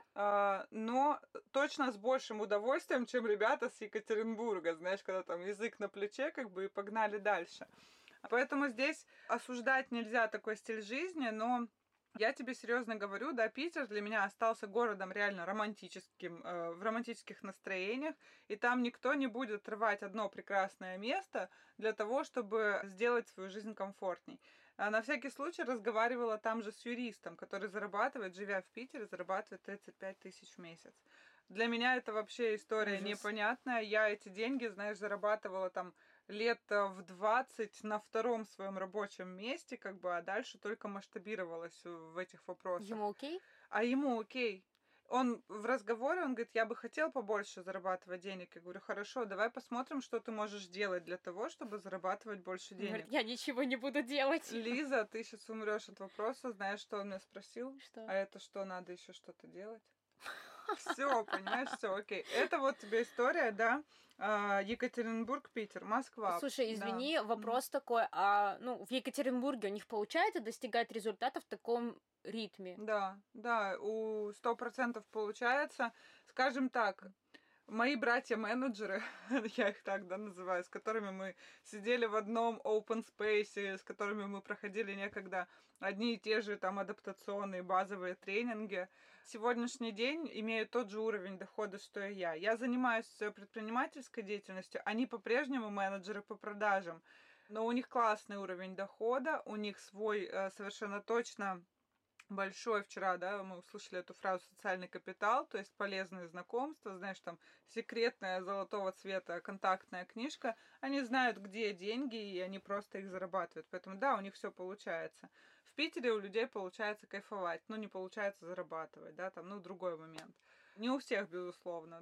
но точно с большим удовольствием, чем ребята с Екатеринбурга, знаешь, когда там язык на плече, как бы, и погнали дальше. Поэтому здесь осуждать нельзя такой стиль жизни, но я тебе серьезно говорю, да, Питер для меня остался городом реально романтическим, в романтических настроениях, и там никто не будет рвать одно прекрасное место для того, чтобы сделать свою жизнь комфортней. На всякий случай разговаривала там же с юристом, который зарабатывает, живя в Питере, зарабатывает 35 тысяч в месяц. Для меня это вообще история Ужас. непонятная. Я эти деньги, знаешь, зарабатывала там лет в 20 на втором своем рабочем месте, как бы, а дальше только масштабировалась в этих вопросах. Ему окей? А ему окей. Он в разговоре, он говорит, я бы хотел побольше зарабатывать денег. Я говорю, хорошо, давай посмотрим, что ты можешь делать для того, чтобы зарабатывать больше Он денег. говорит, я ничего не буду делать. Лиза, ты сейчас умрешь от вопроса. Знаешь, что он меня спросил? Что? А это что, надо еще что-то делать? Все, понимаешь, все, окей. Это вот тебе история, да? Екатеринбург, Питер, Москва. Слушай, извини, вопрос такой, в Екатеринбурге у них получается достигать результатов в таком ритме? Да, у 100% получается. Скажем так, мои братья-менеджеры, я их так, да, называю, с которыми мы сидели в одном open space, с которыми мы проходили некогда одни и те же там адаптационные базовые тренинги, сегодняшний день имеют тот же уровень дохода, что и я. Я занимаюсь предпринимательской деятельностью, они по-прежнему менеджеры по продажам, но у них классный уровень дохода, у них свой совершенно точно большой вчера, да, мы услышали эту фразу «социальный капитал», то есть полезные знакомства, знаешь, там секретная золотого цвета контактная книжка, они знают, где деньги, и они просто их зарабатывают. Поэтому да, у них все получается. В Питере у людей получается кайфовать, но не получается зарабатывать, да, там, другой момент. Не у всех, безусловно,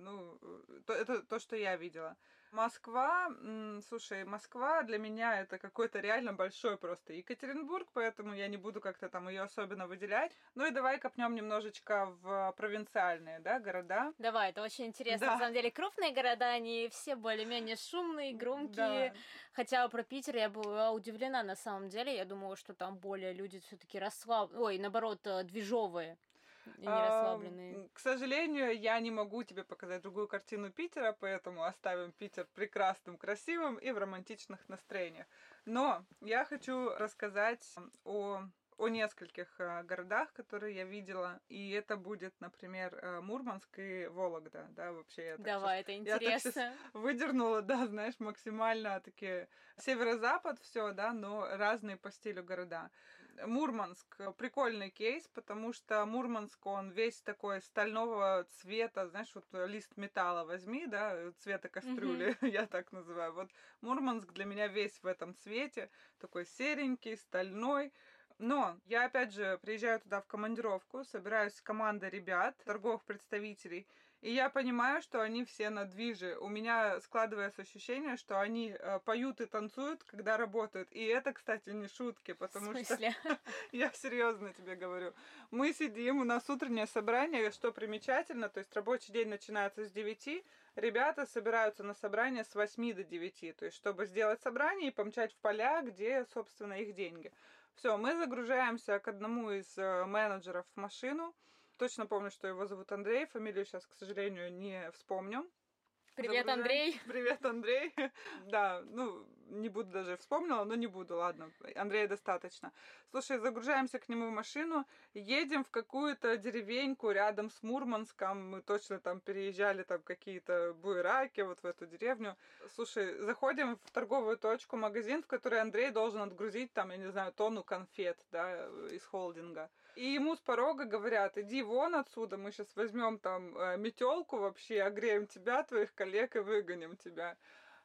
это то, что я видела. Москва, слушай, Москва для меня это какой-то реально большой просто Екатеринбург, поэтому я не буду как-то там ее особенно выделять. Ну и давай копнем немножечко в провинциальные, да, города. Давай, это очень интересно. Да. На самом деле, крупные города, они все более-менее шумные, громкие. Да. Хотя про Питер я была удивлена на самом деле. Я думала, что там более люди все-таки наоборот, движовые. И не расслабленные. К сожалению, я не могу тебе показать другую картину Питера, поэтому оставим Питер прекрасным, красивым и в романтичных настроениях. Но я хочу рассказать о нескольких городах, которые я видела, и это будет, например, Мурманск и Вологда, да, вообще. Давай, это интересно. Я так выдернула, да, знаешь, максимально такие северо-запад, все, да, но разные по стилю города. Мурманск прикольный кейс, потому что Мурманск, он весь такой стального цвета, знаешь, вот лист металла возьми, да, цвета кастрюли, я так называю. Вот Мурманск для меня весь в этом цвете, такой серенький, стальной. Но я, опять же, приезжаю туда в командировку, собираюсь с командой ребят, торговых представителей, и я понимаю, что они все на движе. У меня складывается ощущение, что они поют и танцуют, когда работают. И это, кстати, не шутки, потому что я серьезно тебе говорю. Мы сидим, у нас утреннее собрание, что примечательно, то есть рабочий день начинается с 9, ребята собираются на собрание с 8 до 9, то есть чтобы сделать собрание и помчать в поля, где, собственно, их деньги. Все, мы загружаемся к одному из менеджеров в машину. Точно помню, что его зовут Андрей, фамилию сейчас, к сожалению, не вспомню. Привет, Андрей. Привет, Андрей. Да, не буду даже вспомнила, но не буду, ладно. Андрея достаточно. Слушай, загружаемся к нему в машину, едем в какую-то деревеньку рядом с Мурманском. Мы точно там переезжали, там какие-то буераки, вот в эту деревню. Слушай, заходим в торговую точку, магазин, в который Андрей должен отгрузить там, я не знаю, тонну конфет, да, из холдинга. И ему с порога говорят, иди вон отсюда, мы сейчас возьмем там метелку вообще, огреем тебя, твоих коллег и выгоним тебя.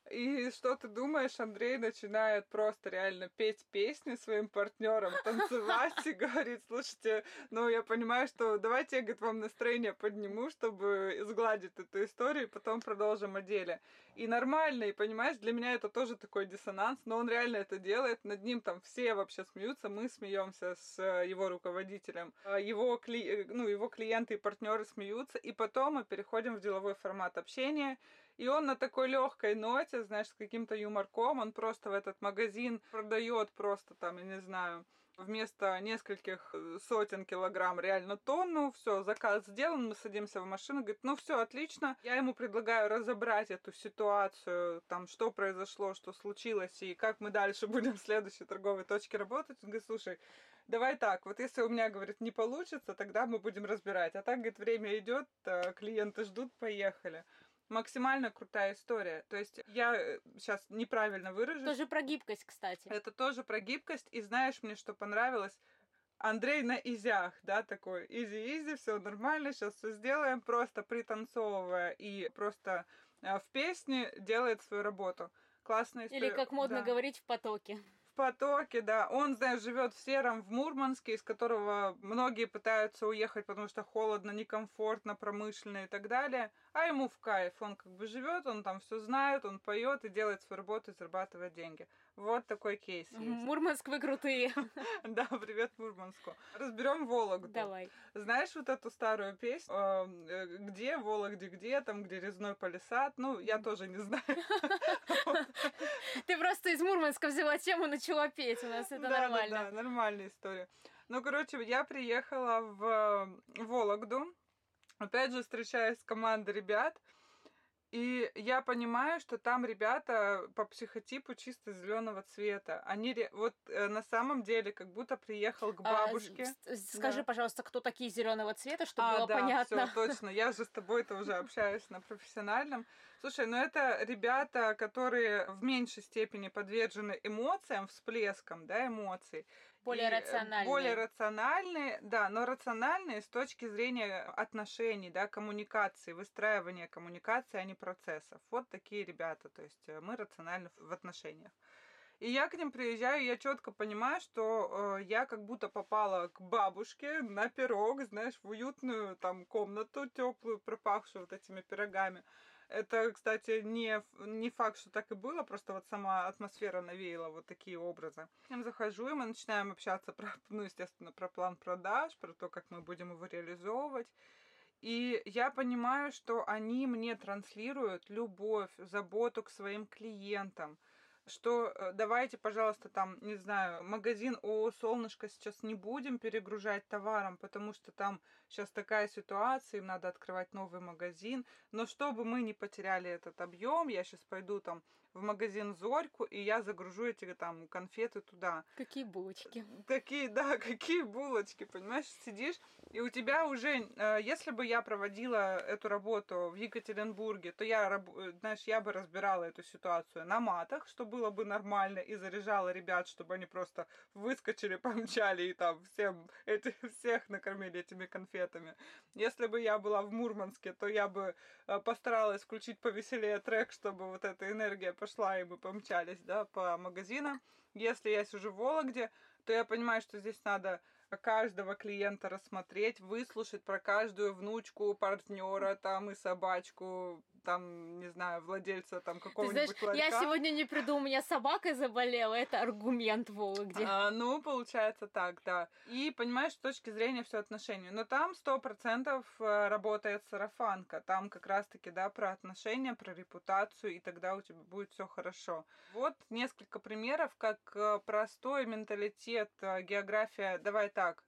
И что ты думаешь, Андрей начинает просто реально петь песни своим партнерам, танцевать и говорит, слушайте, ну я понимаю, что давайте я, говорит, вам настроение подниму, чтобы сгладить эту историю, и потом продолжим о деле. И нормально, и понимаешь, для меня это тоже такой диссонанс, но он реально это делает, над ним там все вообще смеются, мы смеемся с его руководителем, его клиенты и партнеры смеются, и потом мы переходим в деловой формат общения. И он на такой легкой ноте, знаешь, с каким-то юморком, он просто в этот магазин продает просто там, я не знаю, вместо нескольких сотен килограмм реально тонну, все, заказ сделан, мы садимся в машину, говорит, ну все, отлично. Я ему предлагаю разобрать эту ситуацию, там, что произошло, что случилось, и как мы дальше будем в следующей торговой точке работать. Он говорит, слушай, давай так, вот если у меня, говорит, не получится, тогда мы будем разбирать. А так, говорит, время идет, клиенты ждут, поехали. Максимально крутая история. То есть я сейчас неправильно выражусь. Тоже про гибкость, кстати. Это тоже про гибкость. И знаешь, мне что понравилось? Андрей на изях, да, такой изи-изи, все нормально, сейчас все сделаем, просто пританцовывая и просто в песне делает свою работу. Классная история. Или, как модно говорить, в потоке. В потоке, да. Он, знаешь, живет в сером, в Мурманске, из которого многие пытаются уехать, потому что холодно, некомфортно, промышленно и так далее. А ему в кайф. Он как бы живет, он там все знает, он поет и делает свою работу и зарабатывает деньги. Вот такой кейс есть. Мурманск, вы крутые. Да, привет Мурманску. Разберем Вологду. Давай. Знаешь вот эту старую песню? Где, Вологде, где, там, где резной палисад? Ну, я тоже не знаю. Ты просто из Мурманска взяла тему, начала петь. У нас это нормально. Да, нормальная история. Ну, короче, я приехала в Вологду. Опять же, встречаюсь с командой ребят. И я понимаю, что там ребята по психотипу чисто зеленого цвета. Они вот на самом деле как будто приехал к бабушке. Скажи, пожалуйста, кто такие зеленого цвета, чтобы было понятно. Все, точно. Я же с тобой-то уже общаюсь на профессиональном. Слушай, ну это ребята, которые в меньшей степени подвержены эмоциям, всплескам, да, эмоций. Более рациональные. Более рациональные, да, но рациональные с точки зрения отношений, да, коммуникации, выстраивания коммуникации, а не процессов. Вот такие ребята, то есть мы рациональны в отношениях. И я к ним приезжаю, и я четко понимаю, что я как будто попала к бабушке на пирог, знаешь, в уютную там комнату теплую, пропахшую вот этими пирогами. Это, кстати, не факт, что так и было, просто вот сама атмосфера навеяла вот такие образы. Я захожу, и мы начинаем общаться про, ну, естественно, про план продаж, про то, как мы будем его реализовывать. И я понимаю, что они мне транслируют любовь, заботу к своим клиентам, что давайте, пожалуйста, там, не знаю, магазин ООО «Солнышко» сейчас не будем перегружать товаром, потому что там сейчас такая ситуация, им надо открывать новый магазин. Но чтобы мы не потеряли этот объем, я сейчас пойду там в магазин «Зорьку», и я загружу эти там конфеты туда. Какие булочки. Такие, да, какие булочки, понимаешь, сидишь, и у тебя уже, если бы я проводила эту работу в Екатеринбурге, то я, знаешь, я бы разбирала эту ситуацию на матах, что было бы нормально, и заряжала ребят, чтобы они просто выскочили, помчали и там всех накормили этими конфетами. Если бы я была в Мурманске, то я бы постаралась включить повеселее трек, чтобы вот эта энергия пошла, и мы помчались, да, по магазинам. Если я сижу в Вологде, то я понимаю, что здесь надо каждого клиента рассмотреть, выслушать про каждую внучку, партнера там и собачку, там, не знаю, владельца там какого-нибудь ларька. Я сегодня не приду, у меня собака заболела, это аргумент в Вологде. Ну, получается так, да. И, понимаешь, с точки зрения все отношений. Но там 100% работает сарафанка. Там как раз-таки, да, про отношения, про репутацию, и тогда у тебя будет все хорошо. Вот несколько примеров, как простой менталитет, география, давай так,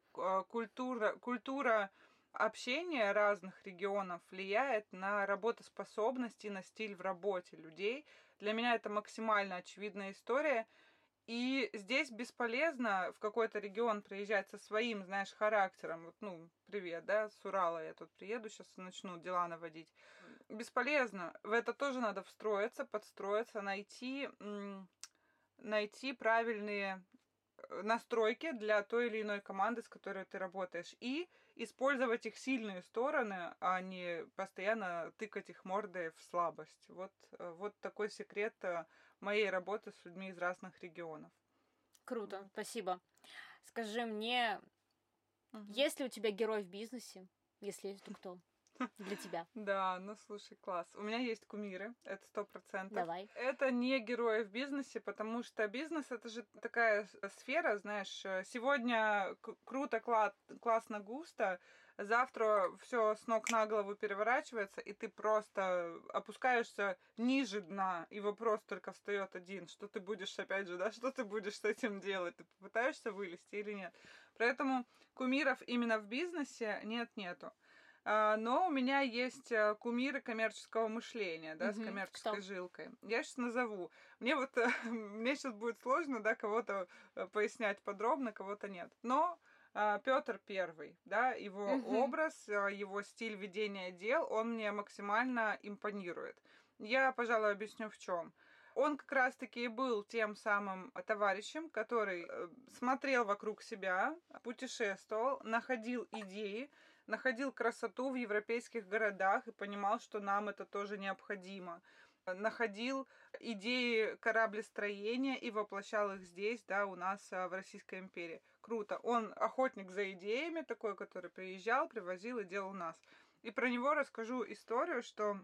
культура общение разных регионов влияет на работоспособность и на стиль в работе людей. Для меня это максимально очевидная история. И здесь бесполезно в какой-то регион приезжать со своим, знаешь, характером. Вот, ну, привет, да, с Урала я тут приеду, сейчас начну дела наводить. Бесполезно. В это тоже надо встроиться, подстроиться, найти правильные настройки для той или иной команды, с которой ты работаешь. И использовать их сильные стороны, а не постоянно тыкать их мордой в слабость. Вот такой секрет моей работы с людьми из разных регионов. Круто, Вот. спасибо. Скажи мне, есть ли у тебя герой в бизнесе? Если есть, то кто для тебя? Да, ну слушай, класс. У меня есть кумиры, это 100%. Давай. Это не герои в бизнесе, потому что бизнес это же такая сфера, знаешь, сегодня круто, классно, густо, завтра все с ног на голову переворачивается, и ты просто опускаешься ниже дна, и вопрос только встает один, что ты будешь, опять же, да, что ты будешь с этим делать, ты попытаешься вылезти или нет. Поэтому кумиров именно в бизнесе нету. Но у меня есть кумиры коммерческого мышления, да, с Кто? коммерческой жилкой. Я сейчас назову. Мне вот, мне сейчас будет сложно, да, кого-то пояснять подробно, кого-то нет. Но Петр Первый, да, его образ, его стиль ведения дел, он мне максимально импонирует. Я, пожалуй, объясню в чем. Он как раз-таки и был тем самым товарищем, который смотрел вокруг себя, путешествовал, находил идеи, находил красоту в европейских городах и понимал, что нам это тоже необходимо. Находил идеи кораблестроения и воплощал их здесь, да, у нас в Российской империи. Круто. Он охотник за идеями такой, который приезжал, привозил и делал у нас. И про него расскажу историю, что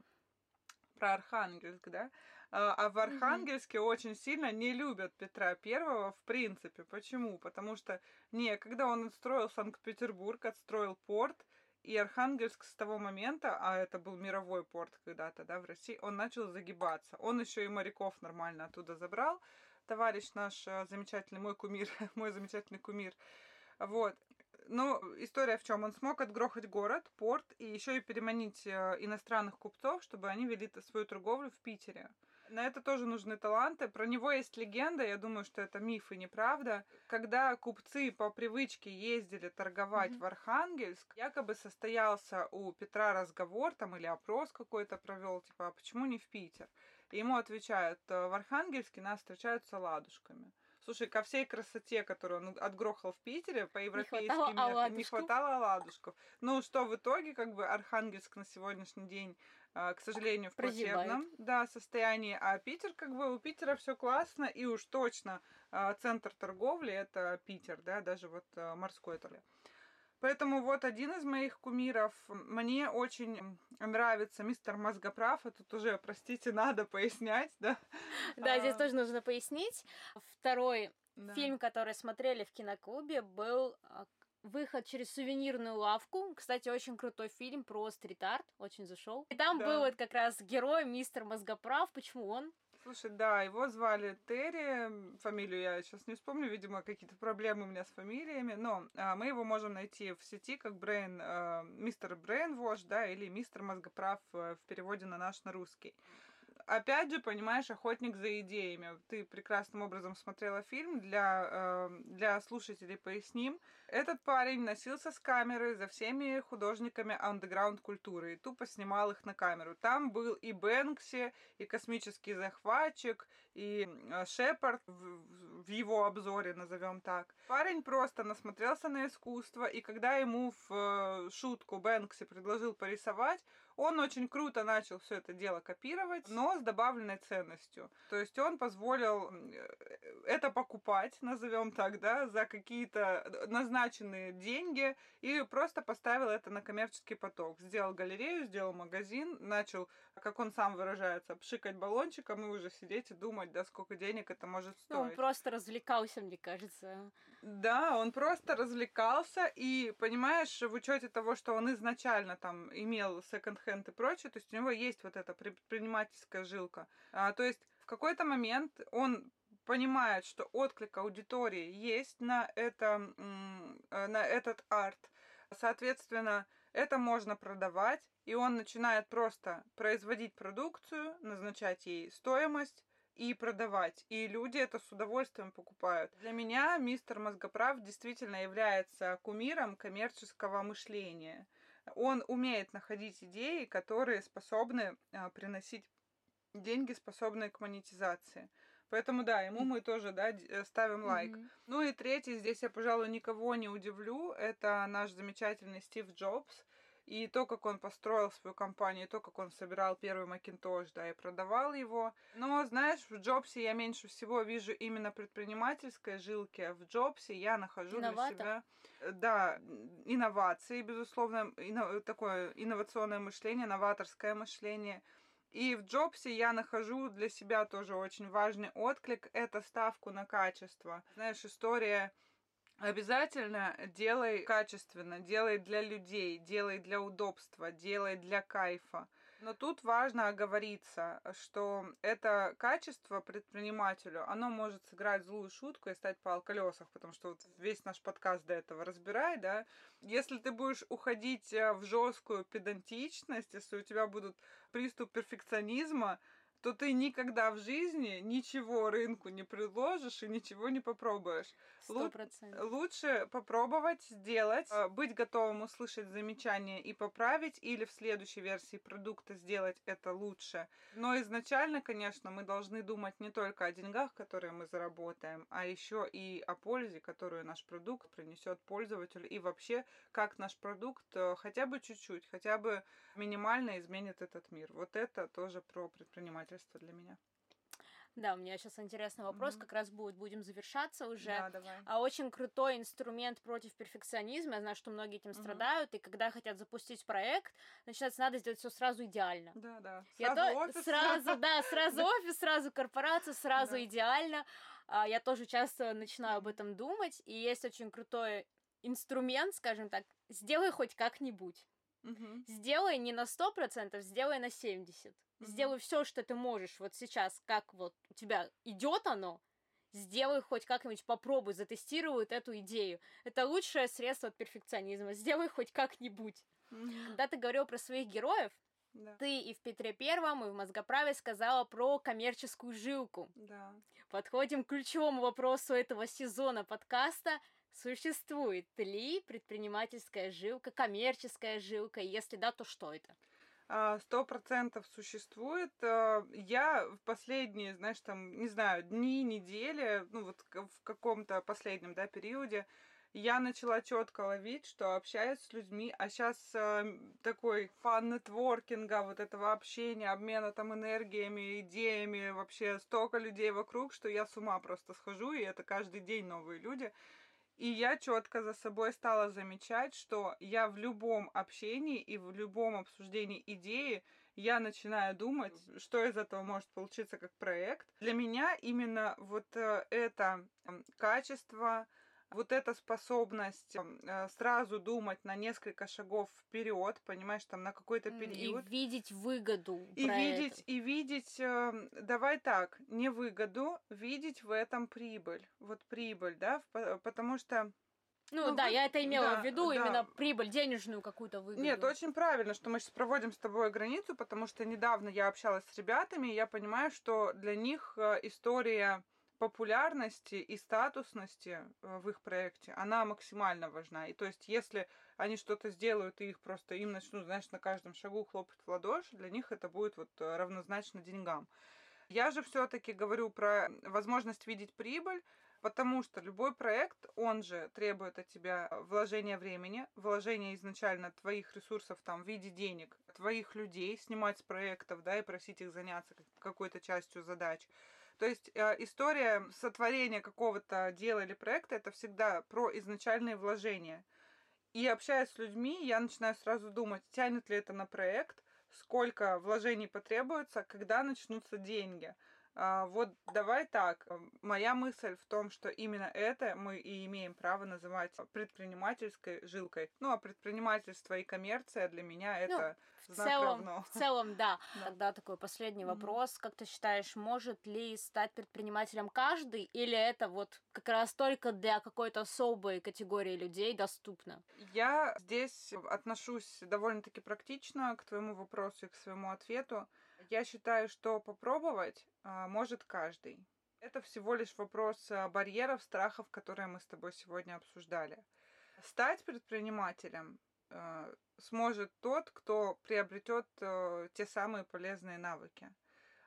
про Архангельск, да, а в Архангельске очень сильно не любят Петра Первого в принципе. Почему? Потому что когда он отстроил Санкт-Петербург, отстроил порт, и Архангельск с того момента, а это был мировой порт когда-то, да, в России, он начал загибаться. Он еще и моряков нормально оттуда забрал. Товарищ наш замечательный, мой кумир, мой замечательный кумир. Вот. Ну, история в чем? Он смог отгрохать город, порт и еще и переманить иностранных купцов, чтобы они вели свою торговлю в Питере. На это тоже нужны таланты. Про него есть легенда, я думаю, что это миф и неправда. Когда купцы по привычке ездили торговать в Архангельск, якобы состоялся у Петра разговор там или опрос какой-то провел, типа, а почему не в Питер? И ему отвечают, в Архангельске нас встречают с оладушками. Слушай, ко всей красоте, которую он отгрохал в Питере, по европейским меркам, не хватало оладушков. Ну, что в итоге, как бы, Архангельск на сегодняшний день, к сожалению, в плачевном, да, состоянии, а Питер, как бы, у Питера все классно, и уж точно центр торговли это Питер, да, даже вот морской торговли. Поэтому вот один из моих кумиров. Мне очень нравится мистер Мозгоправ. А тут уже, простите, надо пояснять, да? Да, здесь тоже нужно пояснить. Второй Да. фильм, который смотрели в киноклубе, был «Выход через сувенирную лавку». Кстати, очень крутой фильм про стрит-арт, очень зашел. И там был вот как раз герой мистер Мозгоправ. Почему он? Слушай, да, его звали Терри, фамилию я сейчас не вспомню, видимо, какие-то проблемы у меня с фамилиями, но мы его можем найти в сети как мистер Брейнвош, да, или мистер Мозгоправ в переводе на русский. Опять же, понимаешь, охотник за идеями. Ты прекрасным образом смотрела фильм. Для слушателей поясним. Этот парень носился с камерой за всеми художниками андеграунд культуры и тупо снимал их на камеру. Там был и Бэнкси, и космический захватчик, и Шепард в его обзоре, назовем так. Парень просто насмотрелся на искусство, и когда ему в шутку Бэнкси предложил порисовать, он очень круто начал все это дело копировать, но с добавленной ценностью. То есть он позволил это покупать, назовем так, да, за какие-то назначенные деньги и просто поставил это на коммерческий поток. Сделал галерею, сделал магазин, начал, как он сам выражается, пшикать баллончиком и уже сидеть и думать, да, сколько денег это может стоить. Ну, он просто развлекался, мне кажется. Да, он просто развлекался, и, понимаешь, в учете того, что он изначально там имел секонд-хенд и прочее, то есть у него есть вот эта предпринимательская жилка. То есть в какой-то момент он понимает, что отклик аудитории есть на этот арт. Соответственно, это можно продавать, и он начинает просто производить продукцию, назначать ей стоимость, и продавать. И люди это с удовольствием покупают. Для меня мистер Мозгоправ действительно является кумиром коммерческого мышления. Он умеет находить идеи, которые способны приносить деньги, способные к монетизации. Поэтому, да, ему мы тоже, да, ставим лайк. Ну и третий, здесь я, пожалуй, никого не удивлю, это наш замечательный Стив Джобс. И то, как он построил свою компанию, и то, как он собирал первый Macintosh, да, и продавал его. Но, знаешь, в Джобсе я меньше всего вижу именно предпринимательской жилки. В Джобсе я нахожу для себя, да, инновации, безусловно, такое инновационное мышление, новаторское мышление. И в Джобсе я нахожу для себя тоже очень важный отклик. Это ставку на качество. Знаешь, история обязательно делай качественно, делай для людей, делай для удобства, делай для кайфа. Но тут важно оговориться, что это качество предпринимателю, оно может сыграть злую шутку и стать пал колесах, потому что вот весь наш подкаст до этого разбирай, да. Если ты будешь уходить в жесткую педантичность, если у тебя будут приступ перфекционизма, то ты никогда в жизни ничего рынку не предложишь и ничего не попробуешь. 100%. Лучше попробовать сделать, быть готовым услышать замечания и поправить, или в следующей версии продукта сделать это лучше. Но изначально, конечно, мы должны думать не только о деньгах, которые мы заработаем, а еще и о пользе, которую наш продукт принесет пользователю, и вообще, как наш продукт хотя бы чуть-чуть, хотя бы минимально изменит этот мир. Вот это тоже про предпринимательство для меня. Да, у меня сейчас интересный вопрос, как раз будем завершаться уже. Да, давай. Очень крутой инструмент против перфекционизма. Я знаю, что многие этим страдают, и когда хотят запустить проект, начинается, надо сделать все сразу идеально. Да. Сразу офис, сразу корпорация, сразу идеально. Я тоже часто начинаю об этом думать, и есть очень крутой инструмент, скажем так, сделай хоть как-нибудь. Сделай не на 100%, сделай на 70%. Сделай все, что ты можешь вот сейчас, как вот у тебя идет оно, сделай хоть как-нибудь, попробуй, затестируй вот эту идею. Это лучшее средство от перфекционизма. Сделай хоть как-нибудь. Когда ты говорил про своих героев, ты и в Петре Первом, и в Мозгоправе сказала про коммерческую жилку. Да. Подходим к ключевому вопросу этого сезона подкаста. Существует ли предпринимательская жилка, коммерческая жилка? Если да, то что это? 100% существует. Я в последние, знаешь, там, не знаю, дни, недели, ну вот в каком-то последнем, да, периоде, я начала четко ловить, что общаюсь с людьми, а сейчас такой фан нетворкинга, вот этого общения, обмена там энергиями, идеями, вообще столько людей вокруг, что я с ума просто схожу, и это каждый день новые люди. И я четко за собой стала замечать, что я в любом общении и в любом обсуждении идеи я начинаю думать, что из этого может получиться как проект. Для меня именно вот это качество, вот эта способность сразу думать на несколько шагов вперед, понимаешь, там на какой-то период. И видеть выгоду. И видеть, давай так, не выгоду, видеть в этом прибыль. Вот прибыль, да, потому что... я это имела в виду, именно прибыль, денежную какую-то выгоду. Нет, очень правильно, что мы сейчас проводим с тобой границу, потому что недавно я общалась с ребятами, и я понимаю, что для них история популярности и статусности в их проекте, она максимально важна. И то есть, если они что-то сделают, и им начнут, знаешь, на каждом шагу хлопать в ладоши, для них это будет вот равнозначно деньгам. Я же все-таки говорю про возможность видеть прибыль, потому что любой проект, он же требует от тебя вложения времени, вложения изначально твоих ресурсов там в виде денег, твоих людей, снимать с проектов, да, и просить их заняться какой-то частью задач. То есть история сотворения какого-то дела или проекта это всегда про изначальные вложения. И общаясь с людьми, я начинаю сразу думать, тянет ли это на проект, сколько вложений потребуется, когда начнутся деньги. Вот давай так, моя мысль в том, что именно это мы и имеем право называть предпринимательской жилкой. Ну, а предпринимательство и коммерция для меня это знак равно. В целом, да. Тогда такой последний вопрос. Как ты считаешь, может ли стать предпринимателем каждый, или это вот как раз только для какой-то особой категории людей доступно? Я здесь отношусь довольно-таки практично к твоему вопросу и к своему ответу. Я считаю, что попробовать может каждый. Это всего лишь вопрос барьеров, страхов, которые мы с тобой сегодня обсуждали. Стать предпринимателем сможет тот, кто приобретет те самые полезные навыки.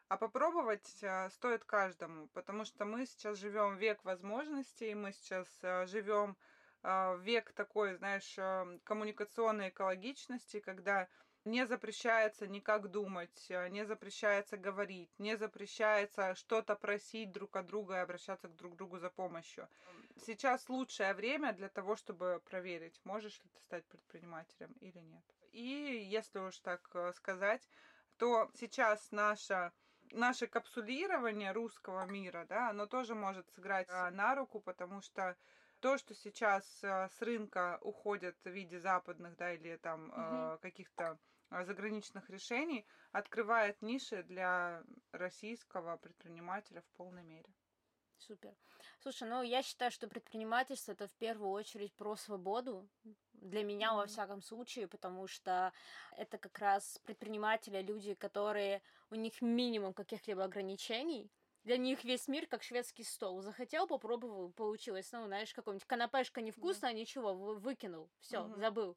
А попробовать стоит каждому, потому что мы сейчас живем век возможностей, мы сейчас живем век такой, знаешь, коммуникационной экологичности, когда не запрещается никак думать, не запрещается говорить, не запрещается что-то просить друг от друга и обращаться друг к другу за помощью. Сейчас лучшее время для того, чтобы проверить, можешь ли ты стать предпринимателем или нет. И если уж так сказать, то сейчас наше капсулирование русского мира, да, оно тоже может сыграть на руку, потому что то, что сейчас с рынка уходит в виде западных, да, или там каких-то заграничных решений, открывает ниши для российского предпринимателя в полной мере. Супер. Слушай, ну я считаю, что предпринимательство это в первую очередь про свободу. Для меня, во всяком случае, потому что это как раз предприниматели, люди, которые у них минимум каких-либо ограничений. Для них весь мир как шведский стол. Захотел, попробовал, получилось. Ну, знаешь, какой-нибудь канапешка невкусная, ничего, выкинул, все, забыл.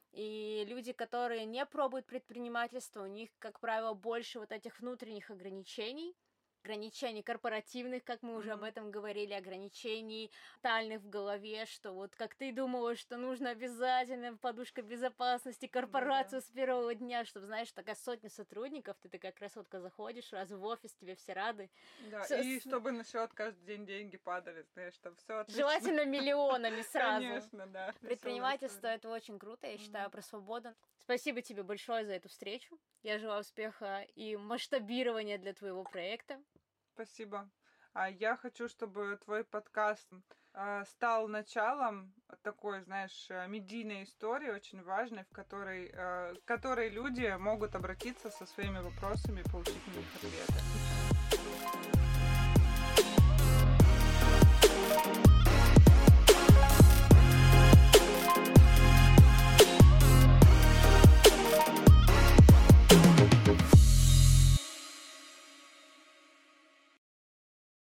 И люди, которые не пробуют предпринимательство, у них, как правило, больше вот этих внутренних ограничений корпоративных, как мы уже об этом говорили, ограничений тотальных в голове, что вот как ты думала, что нужно обязательно подушка безопасности, корпорацию с первого дня, чтобы, знаешь, такая сотня сотрудников, ты такая красотка заходишь, сразу в офис, тебе все рады. Да, и чтобы на счет каждый день деньги падали, знаешь, там все отлично. Желательно миллионами сразу. Конечно, да. Предпринимательство — это очень круто, я считаю, про свободу. Спасибо тебе большое за эту встречу. Я желаю успеха и масштабирования для твоего проекта. Спасибо. Я хочу, чтобы твой подкаст стал началом такой, знаешь, медийной истории, очень важной, в которой люди могут обратиться со своими вопросами и получить на них ответы.